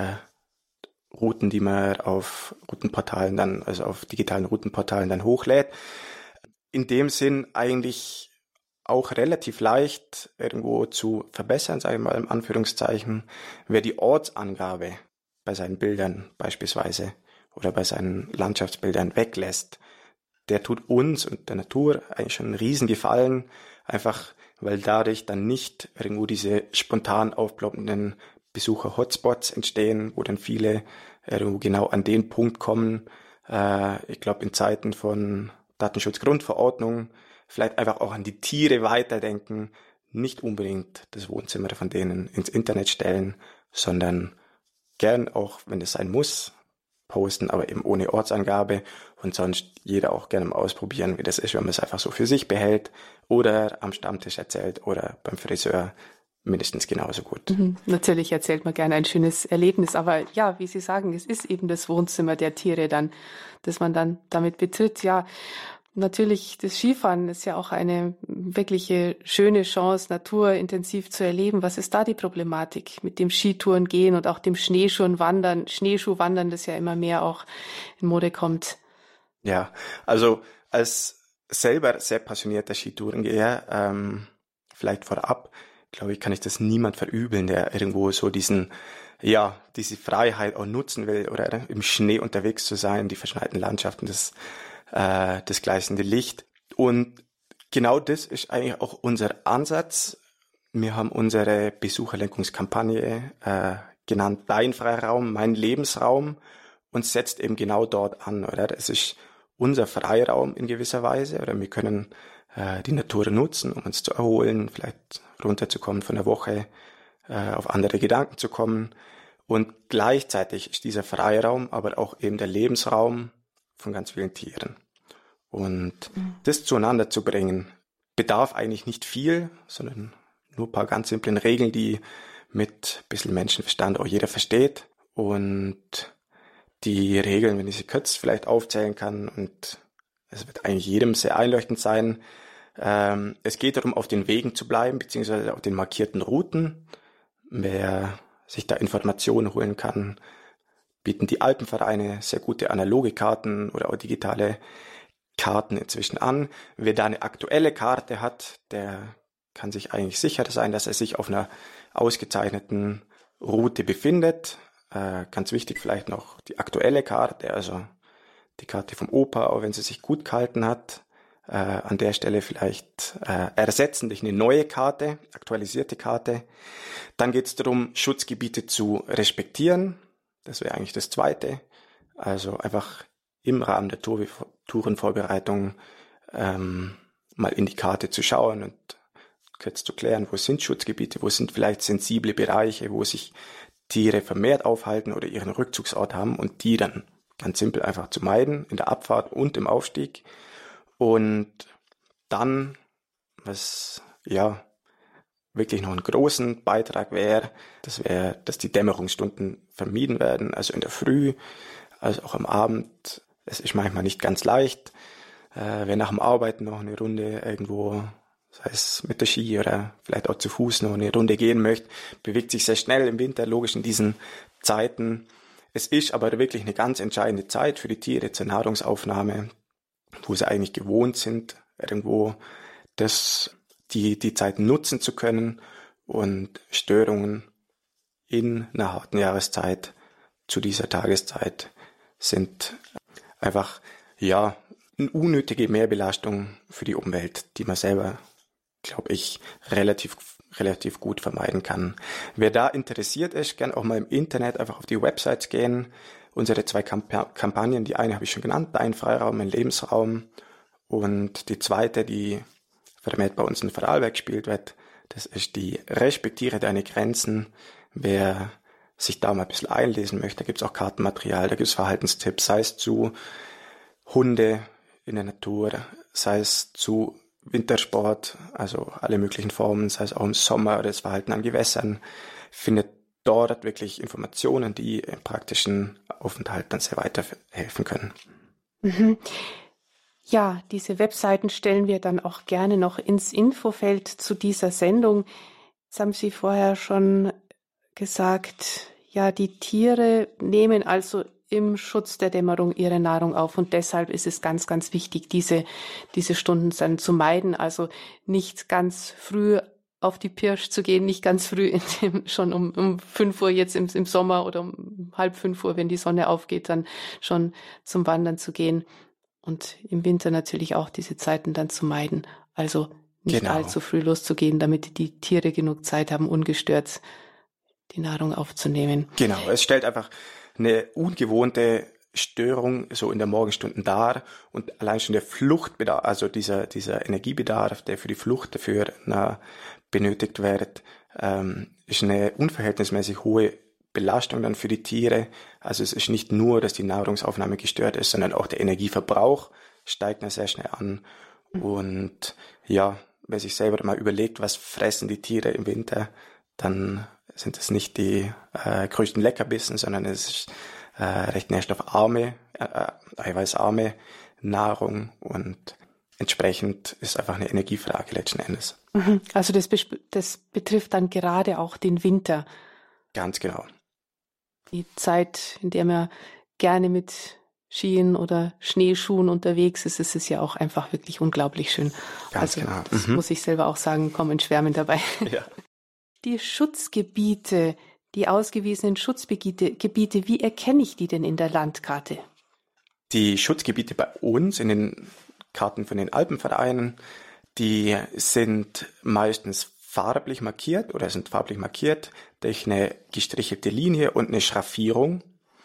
Routen, die man auf Routenportalen dann, also auf digitalen Routenportalen dann hochlädt. In dem Sinn eigentlich auch relativ leicht irgendwo zu verbessern, sage ich mal in Anführungszeichen, wer die Ortsangabe bei seinen Bildern beispielsweise oder bei seinen Landschaftsbildern weglässt, der tut uns und der Natur eigentlich schon einen riesen Gefallen, einfach weil dadurch dann nicht irgendwo diese spontan aufploppenden Besucher-Hotspots entstehen, wo dann viele irgendwo genau an den Punkt kommen. Ich glaube, in Zeiten von Datenschutzgrundverordnung vielleicht einfach auch an die Tiere weiterdenken, nicht unbedingt das Wohnzimmer von denen ins Internet stellen, sondern gern auch, wenn es sein muss, posten, aber eben ohne Ortsangabe und sonst jeder auch gerne mal ausprobieren, wie das ist, wenn man es einfach so für sich behält oder am Stammtisch erzählt oder beim Friseur mindestens genauso gut. Natürlich erzählt man gerne ein schönes Erlebnis, aber ja, wie Sie sagen, es ist eben das Wohnzimmer der Tiere dann, das man dann damit betritt. Ja, natürlich, das Skifahren ist ja auch eine wirkliche schöne Chance, Natur intensiv zu erleben. Was ist da die Problematik mit dem Skitouren gehen und auch dem Schneeschuhwandern, das ja immer mehr auch in Mode kommt? Ja, also als selber sehr passionierter Skitourengeher, vielleicht vorab, glaube ich, kann ich das niemand verübeln, der irgendwo so diese Freiheit auch nutzen will oder im Schnee unterwegs zu sein, die verschneiten Landschaften, das gleißende Licht. Und genau das ist eigentlich auch unser Ansatz. Wir haben unsere Besucherlenkungskampagne genannt Dein Freiraum, mein Lebensraum und setzt eben genau dort an, oder? Das ist unser Freiraum in gewisser Weise, oder wir können die Natur nutzen, um uns zu erholen, vielleicht runterzukommen von der Woche, auf andere Gedanken zu kommen. Und gleichzeitig ist dieser Freiraum aber auch eben der Lebensraum von ganz vielen Tieren. Und das zueinander zu bringen, bedarf eigentlich nicht viel, sondern nur ein paar ganz simplen Regeln, die mit ein bisschen Menschenverstand auch jeder versteht. Und die Regeln, wenn ich sie kurz vielleicht aufzählen kann, und es wird eigentlich jedem sehr einleuchtend sein, es geht darum, auf den Wegen zu bleiben, beziehungsweise auf den markierten Routen. Wer sich da Informationen holen kann, bieten die Alpenvereine sehr gute analoge Karten oder auch digitale Karten inzwischen an. Wer da eine aktuelle Karte hat, der kann sich eigentlich sicher sein, dass er sich auf einer ausgezeichneten Route befindet. Ganz wichtig vielleicht noch die aktuelle Karte, also die Karte vom Opa, auch wenn sie sich gut gehalten hat. An der Stelle vielleicht ersetzen durch eine neue Karte, aktualisierte Karte. Dann geht es darum, Schutzgebiete zu respektieren. Das wäre eigentlich das Zweite. Also einfach im Rahmen der Tourenvorbereitung mal in die Karte zu schauen und kurz zu klären, wo sind Schutzgebiete, wo sind vielleicht sensible Bereiche, wo sich Tiere vermehrt aufhalten oder ihren Rückzugsort haben und die dann ganz simpel einfach zu meiden in der Abfahrt und im Aufstieg. Und dann, was ja wirklich noch einen großen Beitrag wäre, dass die Dämmerungsstunden vermieden werden, also in der Früh, also auch am Abend. Es ist manchmal nicht ganz leicht, wer nach dem Arbeiten noch eine Runde irgendwo, sei es mit der Ski oder vielleicht auch zu Fuß noch eine Runde gehen möchte, bewegt sich sehr schnell im Winter, logisch in diesen Zeiten. Es ist aber wirklich eine ganz entscheidende Zeit für die Tiere zur Nahrungsaufnahme, wo sie eigentlich gewohnt sind, irgendwo die Zeit nutzen zu können und Störungen in einer harten Jahreszeit zu dieser Tageszeit sind einfach, ja, eine unnötige Mehrbelastung für die Umwelt, die man selber, glaube ich, relativ gut vermeiden kann. Wer da interessiert ist, kann auch mal im Internet einfach auf die Websites gehen. Unsere 2 Kampagnen, die eine habe ich schon genannt, Dein Freiraum, mein Lebensraum. Und die zweite, die vermehrt bei uns in Vorarlberg gespielt wird, das ist die Respektiere deine Grenzen. Wer sich da mal ein bisschen einlesen möchte, da gibt es auch Kartenmaterial, da gibt es Verhaltenstipps, sei es zu Hunde in der Natur, sei es zu Wintersport, also alle möglichen Formen, sei es auch im Sommer oder das Verhalten an Gewässern, findet dort wirklich Informationen, die im praktischen Aufenthalt dann sehr weiterhelfen können. Mhm. Ja, diese Webseiten stellen wir dann auch gerne noch ins Infofeld zu dieser Sendung. Jetzt haben Sie vorher schon gesagt, ja, die Tiere nehmen also im Schutz der Dämmerung ihre Nahrung auf und deshalb ist es ganz, ganz wichtig, diese Stunden dann zu meiden, also nicht ganz früh auf die Pirsch zu gehen, nicht ganz früh schon um 5 Uhr jetzt im Sommer oder um 4:30 wenn die Sonne aufgeht, dann schon zum Wandern zu gehen und im Winter natürlich auch diese Zeiten dann zu meiden, also nicht allzu früh loszugehen, damit die Tiere genug Zeit haben, ungestört die Nahrung aufzunehmen. Genau, es stellt einfach eine ungewohnte Störung so in der Morgenstunden dar und allein schon der Fluchtbedarf, also dieser Energiebedarf, der für die Flucht dafür benötigt wird, ist eine unverhältnismäßig hohe Belastung dann für die Tiere. Also es ist nicht nur, dass die Nahrungsaufnahme gestört ist, sondern auch der Energieverbrauch steigt dann sehr schnell an. Und ja, wer sich selber mal überlegt, was fressen die Tiere im Winter, dann sind es nicht die größten Leckerbissen, sondern es ist recht nährstoffarme, eiweißarme Nahrung und entsprechend ist einfach eine Energiefrage letzten Endes. Also das betrifft dann gerade auch den Winter. Ganz genau. Die Zeit, in der man gerne mit Skien oder Schneeschuhen unterwegs ist, ist es ja auch einfach wirklich unglaublich schön. Ganz genau. Das muss ich selber auch sagen, komm in Schwärmen dabei. Ja. Die Schutzgebiete, die ausgewiesenen Schutzgebiete, wie erkenne ich die denn in der Landkarte? Die Schutzgebiete bei uns in den Karten von den Alpenvereinen, die sind meistens farblich markiert oder sind farblich markiert durch eine gestrichelte Linie und eine Schraffierung.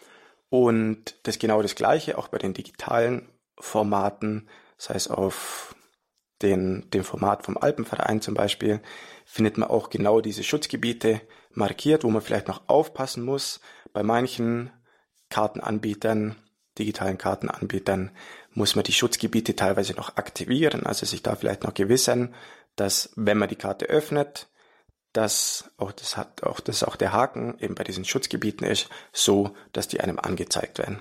Und das ist genau das Gleiche auch bei den digitalen Formaten, sei es auf dem Format vom Alpenverein zum Beispiel, findet man auch genau diese Schutzgebiete markiert, wo man vielleicht noch aufpassen muss. Bei manchen Kartenanbietern, digitalen Kartenanbietern, muss man die Schutzgebiete teilweise noch aktivieren, also sich da vielleicht noch gewissern, dass wenn man die Karte öffnet, dass auch der Haken eben bei diesen Schutzgebieten ist, so dass die einem angezeigt werden.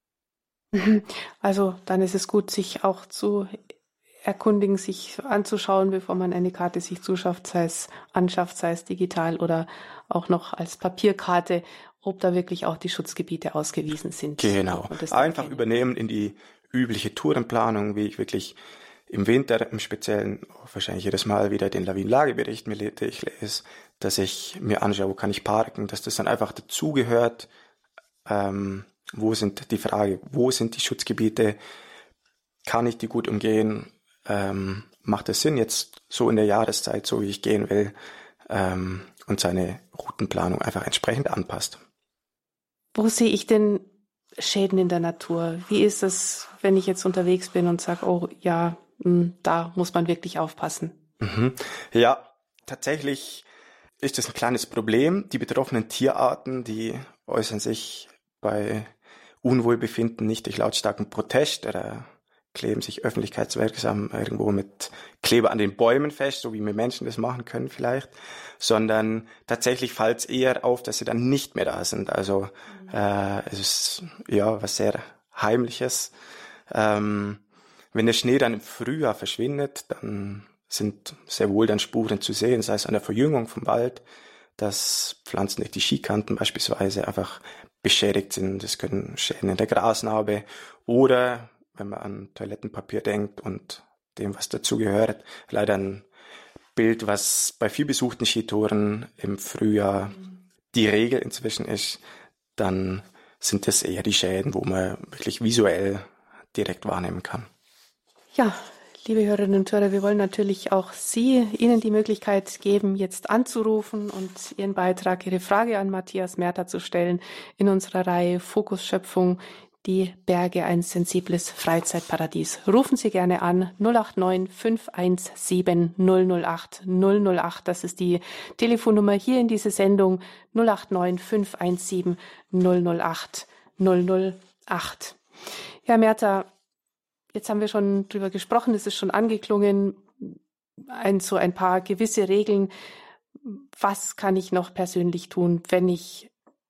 Also dann ist es gut, sich auch zu erkundigen, sich anzuschauen, bevor man eine Karte sich anschafft, sei es digital oder auch noch als Papierkarte, ob da wirklich auch die Schutzgebiete ausgewiesen sind. Genau. Einfach übernehmen in die übliche Tourenplanung, wie ich wirklich im Winter im Speziellen wahrscheinlich jedes Mal wieder den Lawinenlagebericht mir lese, dass ich mir anschaue, wo kann ich parken, dass das dann einfach dazugehört, wo sind die Schutzgebiete, kann ich die gut umgehen, macht es Sinn jetzt so in der Jahreszeit, so wie ich gehen will, und seine Routenplanung einfach entsprechend anpasst. Wo sehe ich denn Schäden in der Natur? Wie ist es, wenn ich jetzt unterwegs bin und sage, oh ja, da muss man wirklich aufpassen? Ja, tatsächlich ist das ein kleines Problem. Die betroffenen Tierarten, die äußern sich bei Unwohlbefinden nicht durch lautstarken Protest oder kleben sich öffentlichkeitswirksam irgendwo mit Kleber an den Bäumen fest, so wie wir Menschen das machen können vielleicht, sondern tatsächlich fällt es eher auf, dass sie dann nicht mehr da sind. Also es ist ja was sehr Heimliches. Wenn der Schnee dann im Frühjahr verschwindet, dann sind sehr wohl dann Spuren zu sehen, sei es an der Verjüngung vom Wald, dass Pflanzen durch die Skikanten beispielsweise einfach beschädigt sind. Es können Schäden in der Grasnarbe oder, wenn man an Toilettenpapier denkt und dem, was dazugehört, leider ein Bild, was bei vielbesuchten Skitouren im Frühjahr die Regel inzwischen ist, dann sind das eher die Schäden, wo man wirklich visuell direkt wahrnehmen kann. Ja, liebe Hörerinnen und Hörer, wir wollen natürlich auch Ihnen die Möglichkeit geben, jetzt anzurufen und Ihren Beitrag, Ihre Frage an Matthias Märter zu stellen in unserer Reihe Fokus Schöpfung, die Berge, ein sensibles Freizeitparadies. Rufen Sie gerne an 089 517 008 008. Das ist die Telefonnummer hier in diese Sendung 089 517 008 008. Herr Märter, jetzt haben wir schon drüber gesprochen, es ist schon angeklungen, so ein paar gewisse Regeln. Was kann ich noch persönlich tun, wenn ich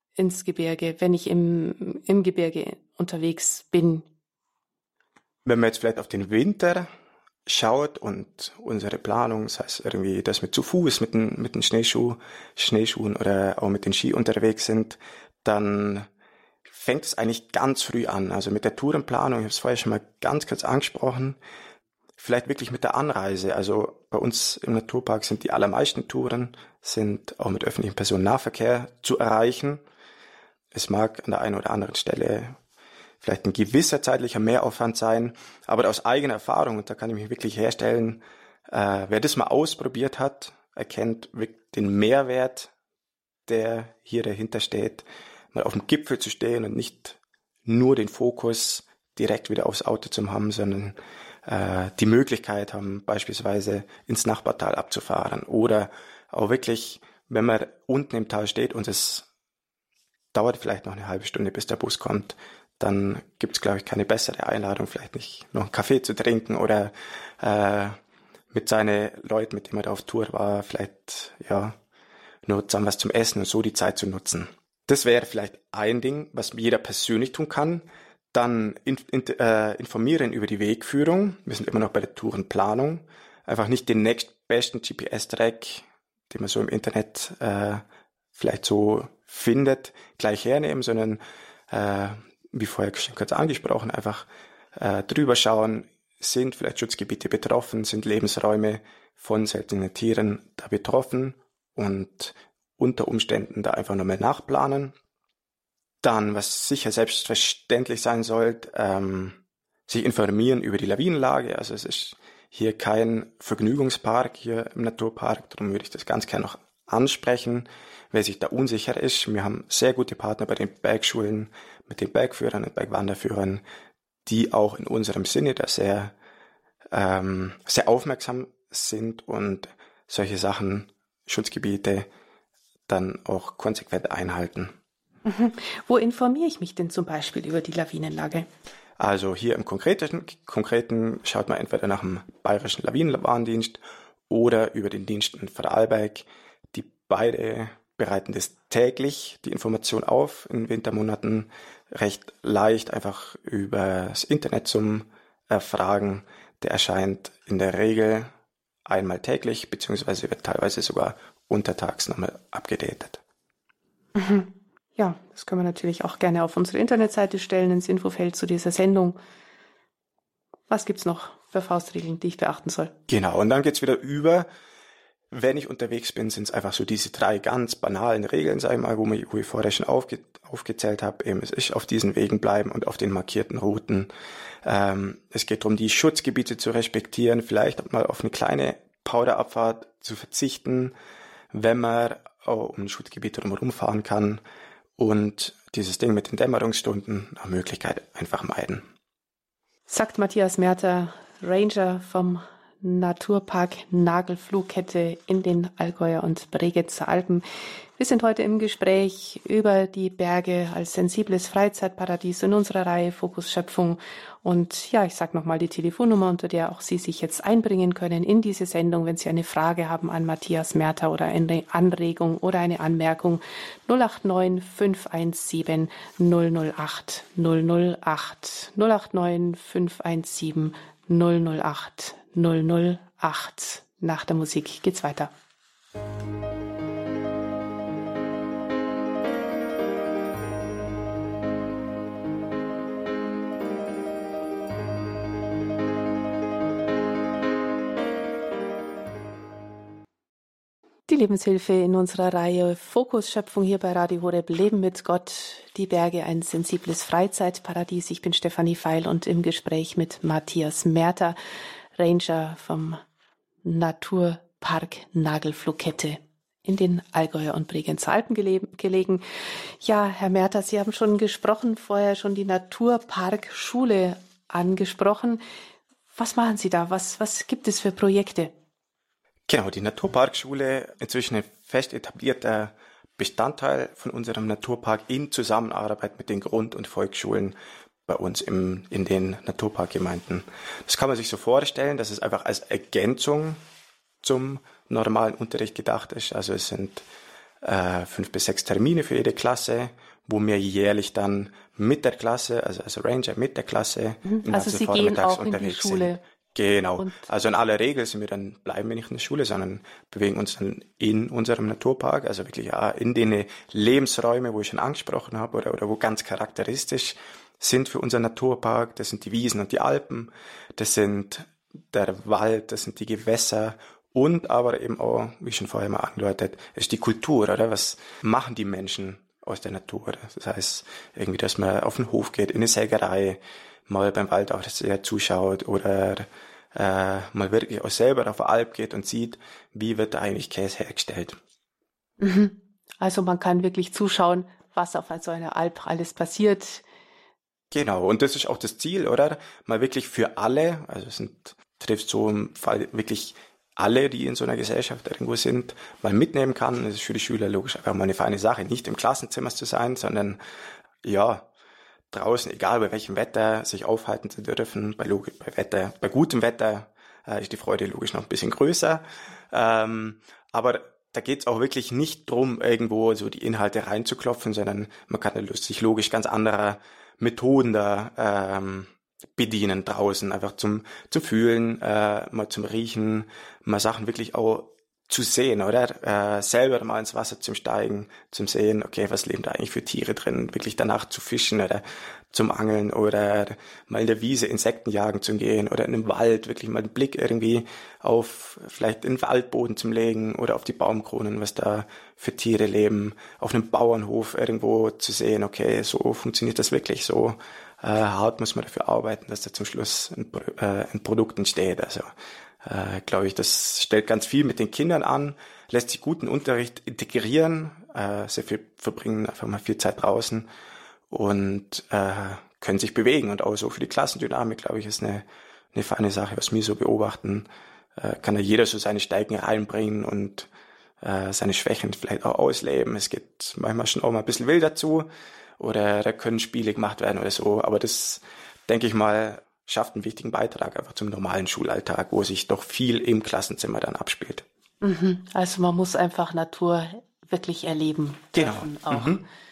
im Gebirge unterwegs bin? Wenn man jetzt vielleicht auf den Winter schaut und unsere Planung, das heißt irgendwie, dass wir zu Fuß mit den Schneeschuhen oder auch mit den Ski unterwegs sind, dann fängt es eigentlich ganz früh an. Also mit der Tourenplanung, ich habe es vorher schon mal ganz kurz angesprochen, vielleicht wirklich mit der Anreise. Also bei uns im Naturpark sind die allermeisten Touren sind auch mit öffentlichem Personennahverkehr zu erreichen. Es mag an der einen oder anderen Stelle vielleicht ein gewisser zeitlicher Mehraufwand sein, aber aus eigener Erfahrung, und da kann ich mich wirklich herstellen, wer das mal ausprobiert hat, erkennt den Mehrwert, der hier dahinter steht, mal auf dem Gipfel zu stehen und nicht nur den Fokus direkt wieder aufs Auto zu haben, sondern die Möglichkeit haben, beispielsweise ins Nachbartal abzufahren oder auch wirklich, wenn man unten im Tal steht und es dauert vielleicht noch eine halbe Stunde, bis der Bus kommt, dann gibt es, glaube ich, keine bessere Einladung, vielleicht nicht noch einen Kaffee zu trinken oder mit seinen Leuten, mit denen man da auf Tour war, vielleicht nur zusammen was zum Essen und so die Zeit zu nutzen. Das wäre vielleicht ein Ding, was jeder persönlich tun kann. Dann informieren über die Wegführung. Wir sind immer noch bei der Tourenplanung. Einfach nicht den nächstbesten GPS-Track, den man so im Internet vielleicht so findet, gleich hernehmen, sondern wie vorher schon kurz angesprochen, einfach drüber schauen, sind vielleicht Schutzgebiete betroffen, sind Lebensräume von seltenen Tieren da betroffen und unter Umständen da einfach nochmal nachplanen. Dann, was sicher selbstverständlich sein sollte, sich informieren über die Lawinenlage. Also es ist hier kein Vergnügungspark hier im Naturpark, darum würde ich das ganz gerne noch ansprechen. Wer sich da unsicher ist, wir haben sehr gute Partner bei den Bergschulen, mit den Bergführern und Bergwanderführern, die auch in unserem Sinne da sehr aufmerksam sind und solche Sachen, Schutzgebiete, dann auch konsequent einhalten. Mhm. Wo informiere ich mich denn zum Beispiel über die Lawinenlage? Also hier im Konkreten schaut man entweder nach dem Bayerischen Lawinenwarndienst oder über den Dienst in Vorarlberg. Die beide bereiten das täglich, die Information auf, in Wintermonaten recht leicht, einfach über das Internet zum Erfragen. Der erscheint in der Regel einmal täglich, beziehungsweise wird teilweise sogar untertags nochmal abgedatet. Mhm. Ja, das können wir natürlich auch gerne auf unsere Internetseite stellen, ins Infofeld zu dieser Sendung. Was gibt's noch für Faustregeln, die ich beachten soll? Genau, und dann geht's wieder über. Wenn ich unterwegs bin, sind es einfach so diese 3 ganz banalen Regeln, sag ich mal, wo ich vorher schon aufgezählt habe. Eben, es ist auf diesen Wegen bleiben und auf den markierten Routen. Es geht darum, die Schutzgebiete zu respektieren, vielleicht auch mal auf eine kleine Powderabfahrt zu verzichten, wenn man auch um ein Schutzgebiet drumherum fahren kann. Und dieses Ding mit den Dämmerungsstunden nach Möglichkeit einfach meiden. Sagt Matthias Märter, Ranger vom Naturpark Nagelfluhkette in den Allgäuer und Bregenzer Alpen. Wir sind heute im Gespräch über die Berge als sensibles Freizeitparadies in unserer Reihe Fokus Schöpfung. Und ja, ich sage nochmal die Telefonnummer, unter der auch Sie sich jetzt einbringen können in diese Sendung, wenn Sie eine Frage haben an Matthias Märter oder eine Anregung oder eine Anmerkung. 089 517 008 008 089 517 008 008. Nach der Musik geht's weiter. Die Lebenshilfe in unserer Reihe Fokus Schöpfung hier bei Radio Horeb. Leben mit Gott, die Berge, ein sensibles Freizeitparadies. Ich bin Stefanie Feil und im Gespräch mit Matthias Merter, Ranger vom Naturpark Nagelfluhkette in den Allgäuer und Bregenzer Alpen gelegen. Ja, Herr Merter, Sie haben schon gesprochen, vorher schon die Naturparkschule angesprochen. Was machen Sie da? Was gibt es für Projekte? Genau, die Naturparkschule, inzwischen ein fest etablierter Bestandteil von unserem Naturpark in Zusammenarbeit mit den Grund- und Volksschulen bei uns in den Naturparkgemeinden. Das kann man sich so vorstellen, dass es einfach als Ergänzung zum normalen Unterricht gedacht ist. Also es sind 5 bis 6 Termine für jede Klasse, wo wir jährlich dann mit der Klasse, also als Ranger mit der Klasse, also Sie gehen auch in die Schule. Sind. Genau. Also in aller Regel bleiben wir nicht in der Schule, sondern bewegen uns dann in unserem Naturpark, also wirklich in den Lebensräume, wo ich schon angesprochen habe, oder wo ganz charakteristisch sind für unseren Naturpark. Das sind die Wiesen und die Alpen, das sind der Wald, das sind die Gewässer und aber eben auch, wie schon vorher mal angedeutet, ist die Kultur, oder? Was machen die Menschen aus der Natur? Das heißt, irgendwie, dass man auf den Hof geht, in eine Sägerei, mal beim Wald auch zuschaut oder mal wirklich auch selber auf der Alp geht und sieht, wie wird da eigentlich Käse hergestellt. Also man kann wirklich zuschauen, was auf so einer Alp alles passiert. Genau, und das ist auch das Ziel, oder? Mal wirklich für alle, also trifft so im Fall wirklich alle, die in so einer Gesellschaft irgendwo sind, mal mitnehmen kann. Das ist für die Schüler logisch einfach mal eine feine Sache, nicht im Klassenzimmer zu sein, sondern ja, draußen, egal bei welchem Wetter, sich aufhalten zu dürfen. Bei gutem Wetter ist die Freude logisch noch ein bisschen größer. Aber da geht es auch wirklich nicht drum, irgendwo so die Inhalte reinzuklopfen, sondern man kann sich logisch ganz anderer Methoden da bedienen draußen, einfach zum Fühlen, mal zum Riechen, mal Sachen wirklich auch zu sehen, oder? Selber mal ins Wasser zum Steigen, zum Sehen, okay, was leben da eigentlich für Tiere drin, wirklich danach zu fischen oder zum Angeln oder mal in der Wiese Insekten jagen zu gehen oder in einem Wald wirklich mal einen Blick irgendwie auf vielleicht den Waldboden zum legen oder auf die Baumkronen, was da für Tiere leben, auf einem Bauernhof irgendwo zu sehen, okay, so funktioniert das wirklich, so hart muss man dafür arbeiten, dass da zum Schluss ein Produkt entsteht, also glaube ich, das stellt ganz viel mit den Kindern an, lässt sich guten Unterricht integrieren, sehr viel verbringen, einfach mal viel Zeit draußen und können sich bewegen und auch so für die Klassendynamik, glaube ich, ist eine feine Sache, was wir so beobachten, kann da jeder so seine Stärken reinbringen und seine Schwächen vielleicht auch ausleben. Es geht manchmal schon auch mal ein bisschen wild dazu oder da können Spiele gemacht werden oder so, aber das, denke ich mal, schafft einen wichtigen Beitrag einfach zum normalen Schulalltag, wo sich doch viel im Klassenzimmer dann abspielt. Also man muss einfach Natur wirklich erleben dürfen auch.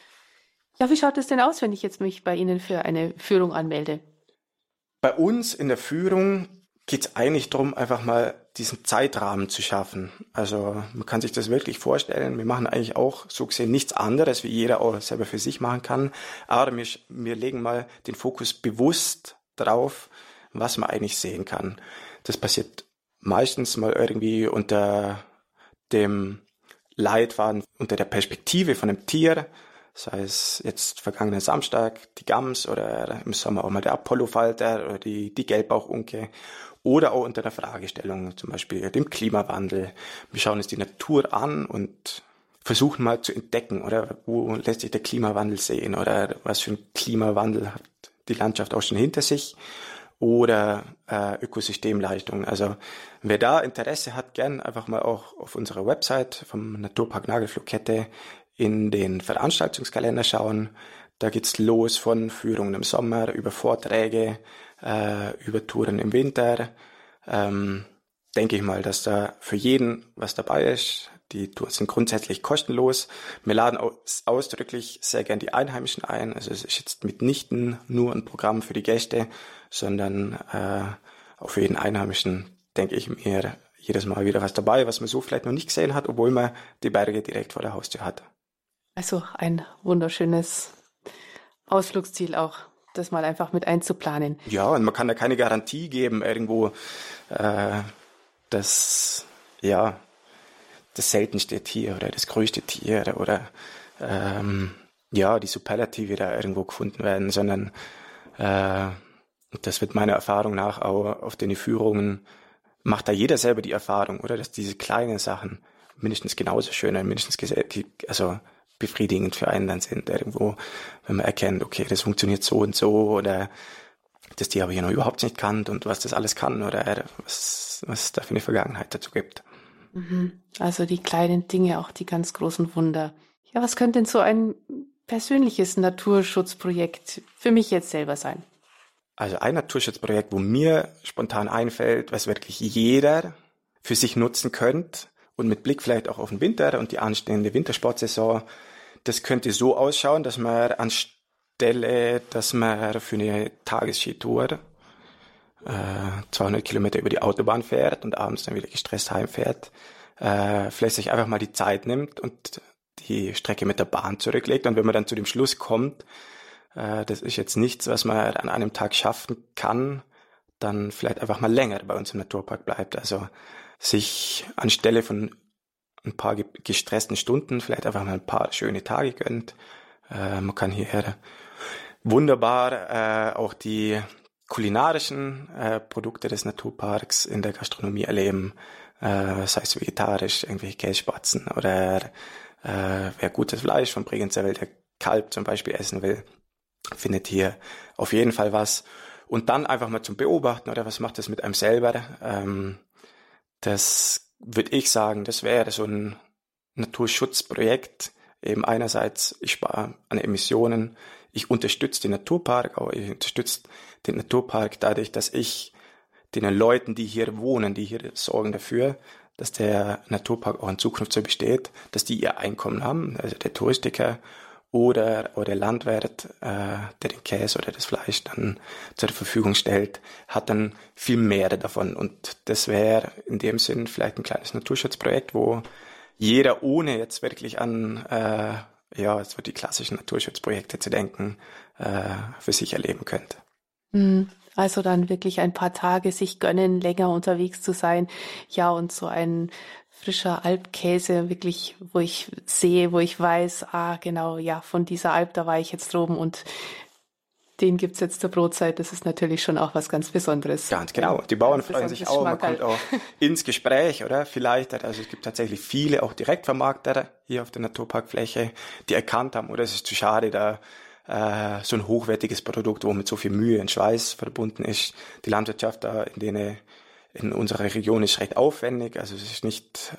Ja, wie schaut es denn aus, wenn ich jetzt mich bei Ihnen für eine Führung anmelde? Bei uns in der Führung geht es eigentlich darum, einfach mal diesen Zeitrahmen zu schaffen. Also man kann sich das wirklich vorstellen. Wir machen eigentlich auch so gesehen nichts anderes, wie jeder auch selber für sich machen kann. Aber wir legen mal den Fokus bewusst drauf, was man eigentlich sehen kann. Das passiert meistens mal irgendwie unter dem Leitfaden, unter der Perspektive von einem Tier, sei es jetzt vergangenen Samstag die Gams oder im Sommer auch mal der Apollofalter oder die Gelbbauchunke oder auch unter der Fragestellung, zum Beispiel dem Klimawandel. Wir schauen uns die Natur an und versuchen mal zu entdecken, oder wo lässt sich der Klimawandel sehen oder was für ein Klimawandel hat die Landschaft auch schon hinter sich oder Ökosystemleistungen. Also wer da Interesse hat, gern einfach mal auch auf unserer Website vom Naturpark Nagelfluhkette in den Veranstaltungskalender schauen. Da geht's los von Führungen im Sommer, über Vorträge, über Touren im Winter. Denke ich mal, dass da für jeden was dabei ist. Die Touren sind grundsätzlich kostenlos. Wir laden ausdrücklich sehr gern die Einheimischen ein. Also es ist jetzt mitnichten nur ein Programm für die Gäste, sondern auch für jeden Einheimischen, denke ich mir, jedes Mal wieder was dabei, was man so vielleicht noch nicht gesehen hat, obwohl man die Berge direkt vor der Haustür hat. Also ein wunderschönes Ausflugsziel auch, das mal einfach mit einzuplanen. Ja, und man kann da keine Garantie geben irgendwo, dass das seltenste Tier oder das größte Tier oder die Superlative da irgendwo gefunden werden, sondern das wird meiner Erfahrung nach auch auf den Führungen, macht da jeder selber die Erfahrung, oder, dass diese kleinen Sachen mindestens genauso schön und mindestens befriedigend für einen dann sind irgendwo, wenn man erkennt, okay, das funktioniert so und so oder das Tier habe ich noch überhaupt nicht kannt und was das alles kann oder was es da für eine Vergangenheit dazu gibt. Also die kleinen Dinge, auch die ganz großen Wunder. Ja, was könnte denn so ein persönliches Naturschutzprojekt für mich jetzt selber sein? Also ein Naturschutzprojekt, wo mir spontan einfällt, was wirklich jeder für sich nutzen könnte und mit Blick vielleicht auch auf den Winter und die anstehende Wintersportsaison, das könnte so ausschauen, dass man anstelle, dass man für eine Tagesskitour 200 Kilometer über die Autobahn fährt und abends dann wieder gestresst heimfährt, vielleicht sich einfach mal die Zeit nimmt und die Strecke mit der Bahn zurücklegt. Und wenn man dann zu dem Schluss kommt, das ist jetzt nichts, was man an einem Tag schaffen kann, dann vielleicht einfach mal länger bei uns im Naturpark bleibt. Also sich anstelle von ein paar gestressten Stunden vielleicht einfach mal ein paar schöne Tage gönnt. Man kann hier wunderbar auch die kulinarischen Produkte des Naturparks in der Gastronomie erleben, sei es vegetarisch, irgendwelche Kässpatzen oder wer gutes Fleisch vom Bregenzer Wälder Kalb zum Beispiel essen will, findet hier auf jeden Fall was. Und dann einfach mal zum Beobachten, oder was macht das mit einem selber? Das würde ich sagen, das wäre so ein Naturschutzprojekt. Eben einerseits, ich spare an Emissionen, ich unterstütze den Naturpark, aber ich unterstütze den Naturpark dadurch, dass ich den Leuten, die hier wohnen, die hier sorgen dafür, dass der Naturpark auch in Zukunft so besteht, dass die ihr Einkommen haben, also der Touristiker oder der Landwirt, der den Käse oder das Fleisch dann zur Verfügung stellt, hat dann viel mehr davon. Und das wäre in dem Sinn vielleicht ein kleines Naturschutzprojekt, wo jeder, ohne jetzt wirklich an so die klassischen Naturschutzprojekte zu denken, für sich erleben könnte. Also dann wirklich ein paar Tage sich gönnen, länger unterwegs zu sein. Ja, und so ein frischer Alpkäse wirklich, wo ich sehe, wo ich weiß, genau, ja, von dieser Alp, da war ich jetzt droben und den gibt's jetzt zur Brotzeit. Das ist natürlich schon auch was ganz Besonderes. Ganz genau. Die Bauern freuen sich auch. Man kommt auch ins Gespräch, oder? Vielleicht, also es gibt tatsächlich viele auch Direktvermarkter hier auf der Naturparkfläche, die erkannt haben, oder es ist zu schade, da so ein hochwertiges Produkt, wo mit so viel Mühe und Schweiß verbunden ist. Die Landwirtschaft da in unserer Region ist recht aufwendig, also es ist nicht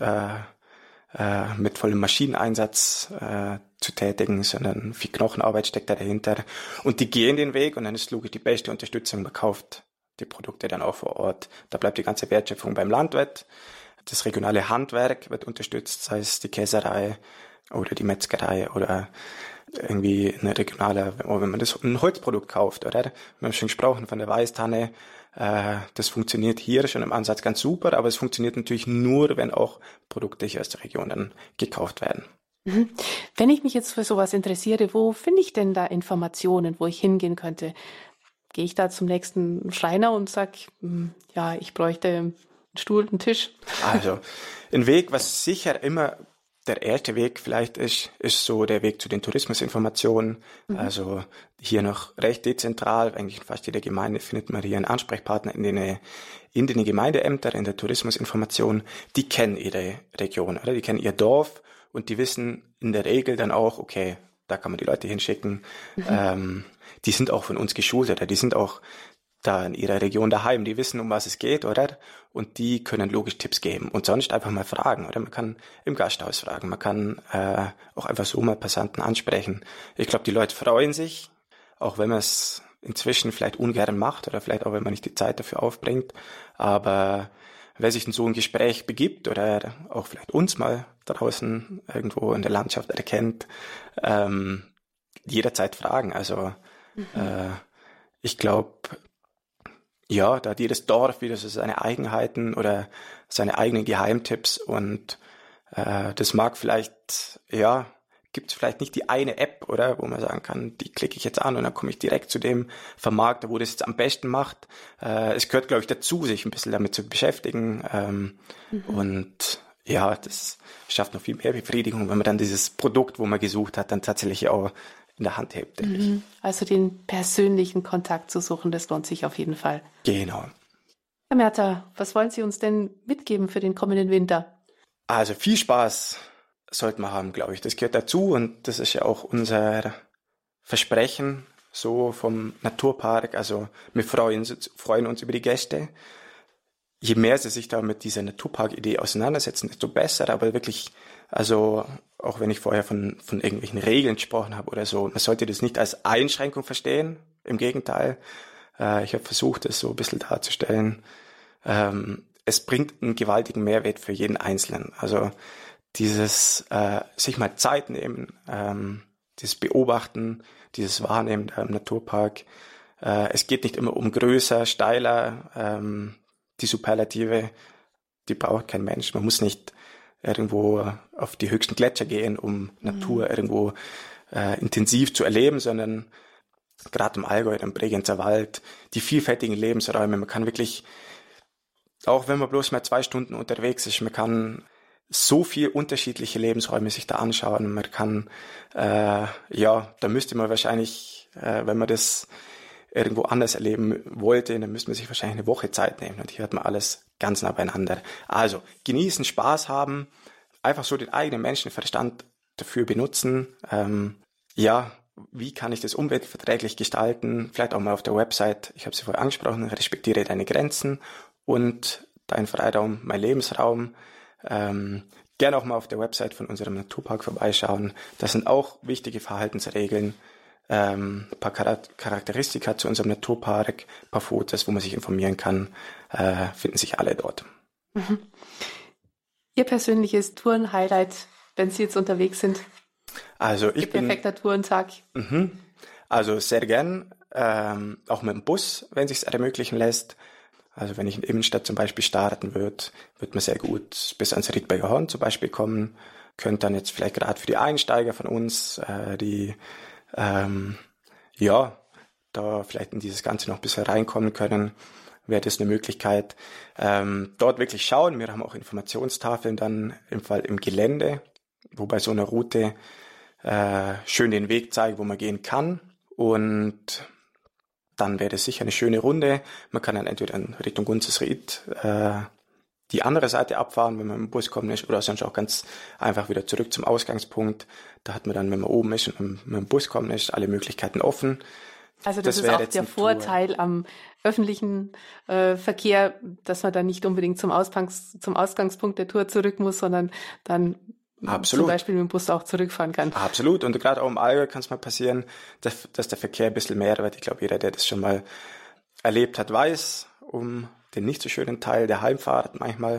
mit vollem Maschineneinsatz zu tätigen, sondern viel Knochenarbeit steckt da dahinter. Und die gehen den Weg und dann ist logisch die beste Unterstützung, man kauft die Produkte dann auch vor Ort. Da bleibt die ganze Wertschöpfung beim Landwirt. Das regionale Handwerk wird unterstützt, sei es die Käserei oder die Metzgerei oder irgendwie eine regionale, wenn man das ein Holzprodukt kauft, oder? Wir haben schon gesprochen von der Weißtanne. Das funktioniert hier schon im Ansatz ganz super, aber es funktioniert natürlich nur, wenn auch Produkte hier aus der Region dann gekauft werden. Wenn ich mich jetzt für sowas interessiere, wo finde ich denn da Informationen, wo ich hingehen könnte? Gehe ich da zum nächsten Schreiner und sage, ja, ich bräuchte einen Stuhl, einen Tisch? Also ein Weg, was sicher immer der erste Weg vielleicht ist so der Weg zu den Tourismusinformationen. Also hier noch recht dezentral, eigentlich in fast jeder Gemeinde findet man hier einen Ansprechpartner in den Gemeindeämtern, in der Tourismusinformation. Die kennen ihre Region, oder? Die kennen ihr Dorf und die wissen in der Regel dann auch, okay, da kann man die Leute hinschicken. Die sind auch von uns geschult, oder? Die sind auch da in ihrer Region daheim, die wissen, um was es geht, oder? Und die können logisch Tipps geben. Und sonst einfach mal fragen, oder? Man kann im Gasthaus fragen, man kann auch einfach so mal Passanten ansprechen. Ich glaube, die Leute freuen sich, auch wenn man es inzwischen vielleicht ungern macht, oder vielleicht auch, wenn man nicht die Zeit dafür aufbringt. Aber wer sich in so ein Gespräch begibt, oder auch vielleicht uns mal draußen irgendwo in der Landschaft erkennt, jederzeit fragen. Also ich glaube, ja, da hat jedes Dorf wieder so seine Eigenheiten oder seine eigenen Geheimtipps und das mag vielleicht, ja, gibt es vielleicht nicht die eine App, oder, wo man sagen kann, die klicke ich jetzt an und dann komme ich direkt zu dem Vermarkter, wo das jetzt am besten macht. Es gehört, glaube ich, dazu, sich ein bisschen damit zu beschäftigen und ja, das schafft noch viel mehr Befriedigung, wenn man dann dieses Produkt, wo man gesucht hat, dann tatsächlich auch in der Hand hebt, denke ich. Also den persönlichen Kontakt zu suchen, das lohnt sich auf jeden Fall. Genau. Herr Merter, was wollen Sie uns denn mitgeben für den kommenden Winter? Also viel Spaß sollten wir haben, glaube ich. Das gehört dazu und das ist ja auch unser Versprechen so vom Naturpark. Also wir freuen uns über die Gäste. Je mehr sie sich da mit dieser Naturpark-Idee auseinandersetzen, desto besser. Aber wirklich, also auch wenn ich vorher von irgendwelchen Regeln gesprochen habe oder so, man sollte das nicht als Einschränkung verstehen. Im Gegenteil. Ich habe versucht, das so ein bisschen darzustellen. Es bringt einen gewaltigen Mehrwert für jeden Einzelnen. Also dieses sich mal Zeit nehmen, dieses Beobachten, dieses Wahrnehmen im Naturpark. Es geht nicht immer um größer, steiler, die Superlative, die braucht kein Mensch. Man muss nicht irgendwo auf die höchsten Gletscher gehen, um Natur irgendwo intensiv zu erleben, sondern gerade im Allgäu, im Bregenzer Wald, die vielfältigen Lebensräume. Man kann wirklich, auch wenn man bloß mal 2 Stunden unterwegs ist, man kann so viel unterschiedliche Lebensräume sich da anschauen. Man kann, da müsste man wahrscheinlich, wenn man das irgendwo anders erleben wollte, dann müsste man sich wahrscheinlich eine Woche Zeit nehmen. Und hier hat man alles ganz nah beieinander. Also genießen, Spaß haben, einfach so den eigenen Menschenverstand dafür benutzen. Wie kann ich das umweltverträglich gestalten? Vielleicht auch mal auf der Website, ich habe sie vorher angesprochen, respektiere deine Grenzen und dein Freiraum, mein Lebensraum. Gerne auch mal auf der Website von unserem Naturpark vorbeischauen. Das sind auch wichtige Verhaltensregeln, ein paar Charakteristika zu unserem Naturpark, ein paar Fotos, wo man sich informieren kann, finden sich alle dort. Ihr persönliches Tourenhighlight, wenn Sie jetzt unterwegs sind? Also ich bin perfekter Tourentag. Also sehr gern, auch mit dem Bus, wenn sich's ermöglichen lässt. Also wenn ich in der Innenstadt zum Beispiel starten wird man sehr gut bis ans Riedberger Horn zum Beispiel kommen. Könnt dann jetzt vielleicht gerade für die Einsteiger von uns, die da vielleicht in dieses Ganze noch ein bisschen reinkommen können, wäre das eine Möglichkeit. Dort wirklich schauen. Wir haben auch Informationstafeln dann im Fall im Gelände, wo bei so einer Route schön den Weg zeigen, wo man gehen kann. Und dann wäre das sicher eine schöne Runde. Man kann dann entweder in Richtung Gunzesried die andere Seite abfahren, wenn man mit dem Bus kommt, oder sonst auch ganz einfach wieder zurück zum Ausgangspunkt. Da hat man dann, wenn man oben ist und mit dem Bus kommt, alle Möglichkeiten offen. Also das ist auch der Vorteil am öffentlichen Verkehr, dass man dann nicht unbedingt zum Ausgangspunkt der Tour zurück muss, sondern dann zum Beispiel mit dem Bus auch zurückfahren kann. Absolut. Und gerade auch im Allgäu kann es mal passieren, dass der Verkehr ein bisschen mehr wird. Ich glaube, jeder, der das schon mal erlebt hat, weiß um den nicht so schönen Teil der Heimfahrt manchmal.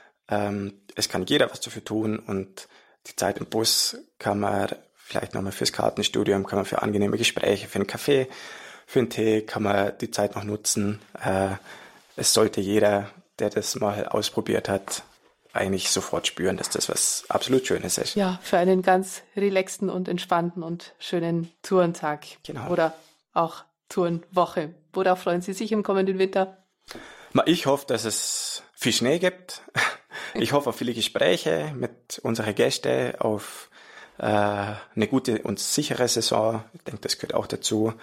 Es kann jeder was dafür tun und die Zeit im Bus kann man vielleicht nochmal fürs Kartenstudium, kann man für angenehme Gespräche, für einen Kaffee, für einen Tee, kann man die Zeit noch nutzen. Es sollte jeder, der das mal ausprobiert hat, eigentlich sofort spüren, dass das was absolut Schönes ist. Ja, für einen ganz relaxten und entspannten und schönen Tourentag. Genau. Oder auch Tourenwoche. Worauf freuen Sie sich im kommenden Winter? Ich hoffe, dass es viel Schnee gibt. Ich hoffe auf viele Gespräche mit unseren Gästen, auf eine gute und sichere Saison. Ich denke, das gehört auch dazu.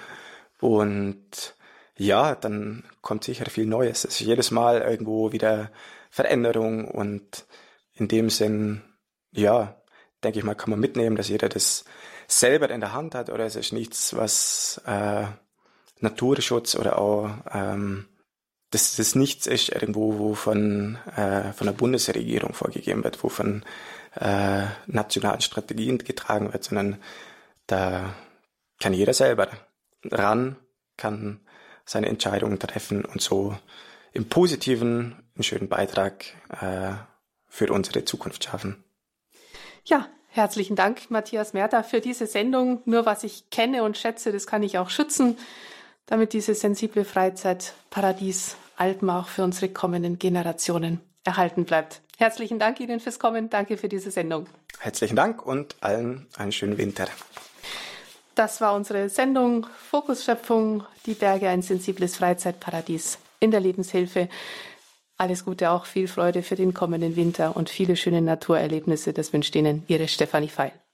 Und ja, dann kommt sicher viel Neues. Es ist jedes Mal irgendwo wieder Veränderung und in dem Sinn, ja, denke ich mal, kann man mitnehmen, dass jeder das selber in der Hand hat, oder es ist nichts, was Naturschutz oder auch dass das nichts ist irgendwo, wo von der Bundesregierung vorgegeben wird, wo von nationalen Strategien getragen wird, sondern da kann jeder selber ran, kann seine Entscheidungen treffen und so im Positiven einen schönen Beitrag für unsere Zukunft schaffen. Ja, herzlichen Dank, Matthias Merter, für diese Sendung. Nur was ich kenne und schätze, das kann ich auch schützen, damit diese sensible Freizeitparadies Alpen auch für unsere kommenden Generationen erhalten bleibt. Herzlichen Dank Ihnen fürs Kommen. Danke für diese Sendung. Herzlichen Dank und allen einen schönen Winter. Das war unsere Sendung Fokus Schöpfung, die Berge, ein sensibles Freizeitparadies in der Lebenshilfe. Alles Gute, auch viel Freude für den kommenden Winter und viele schöne Naturerlebnisse. Das wünscht Ihnen Ihre Stefanie Feil.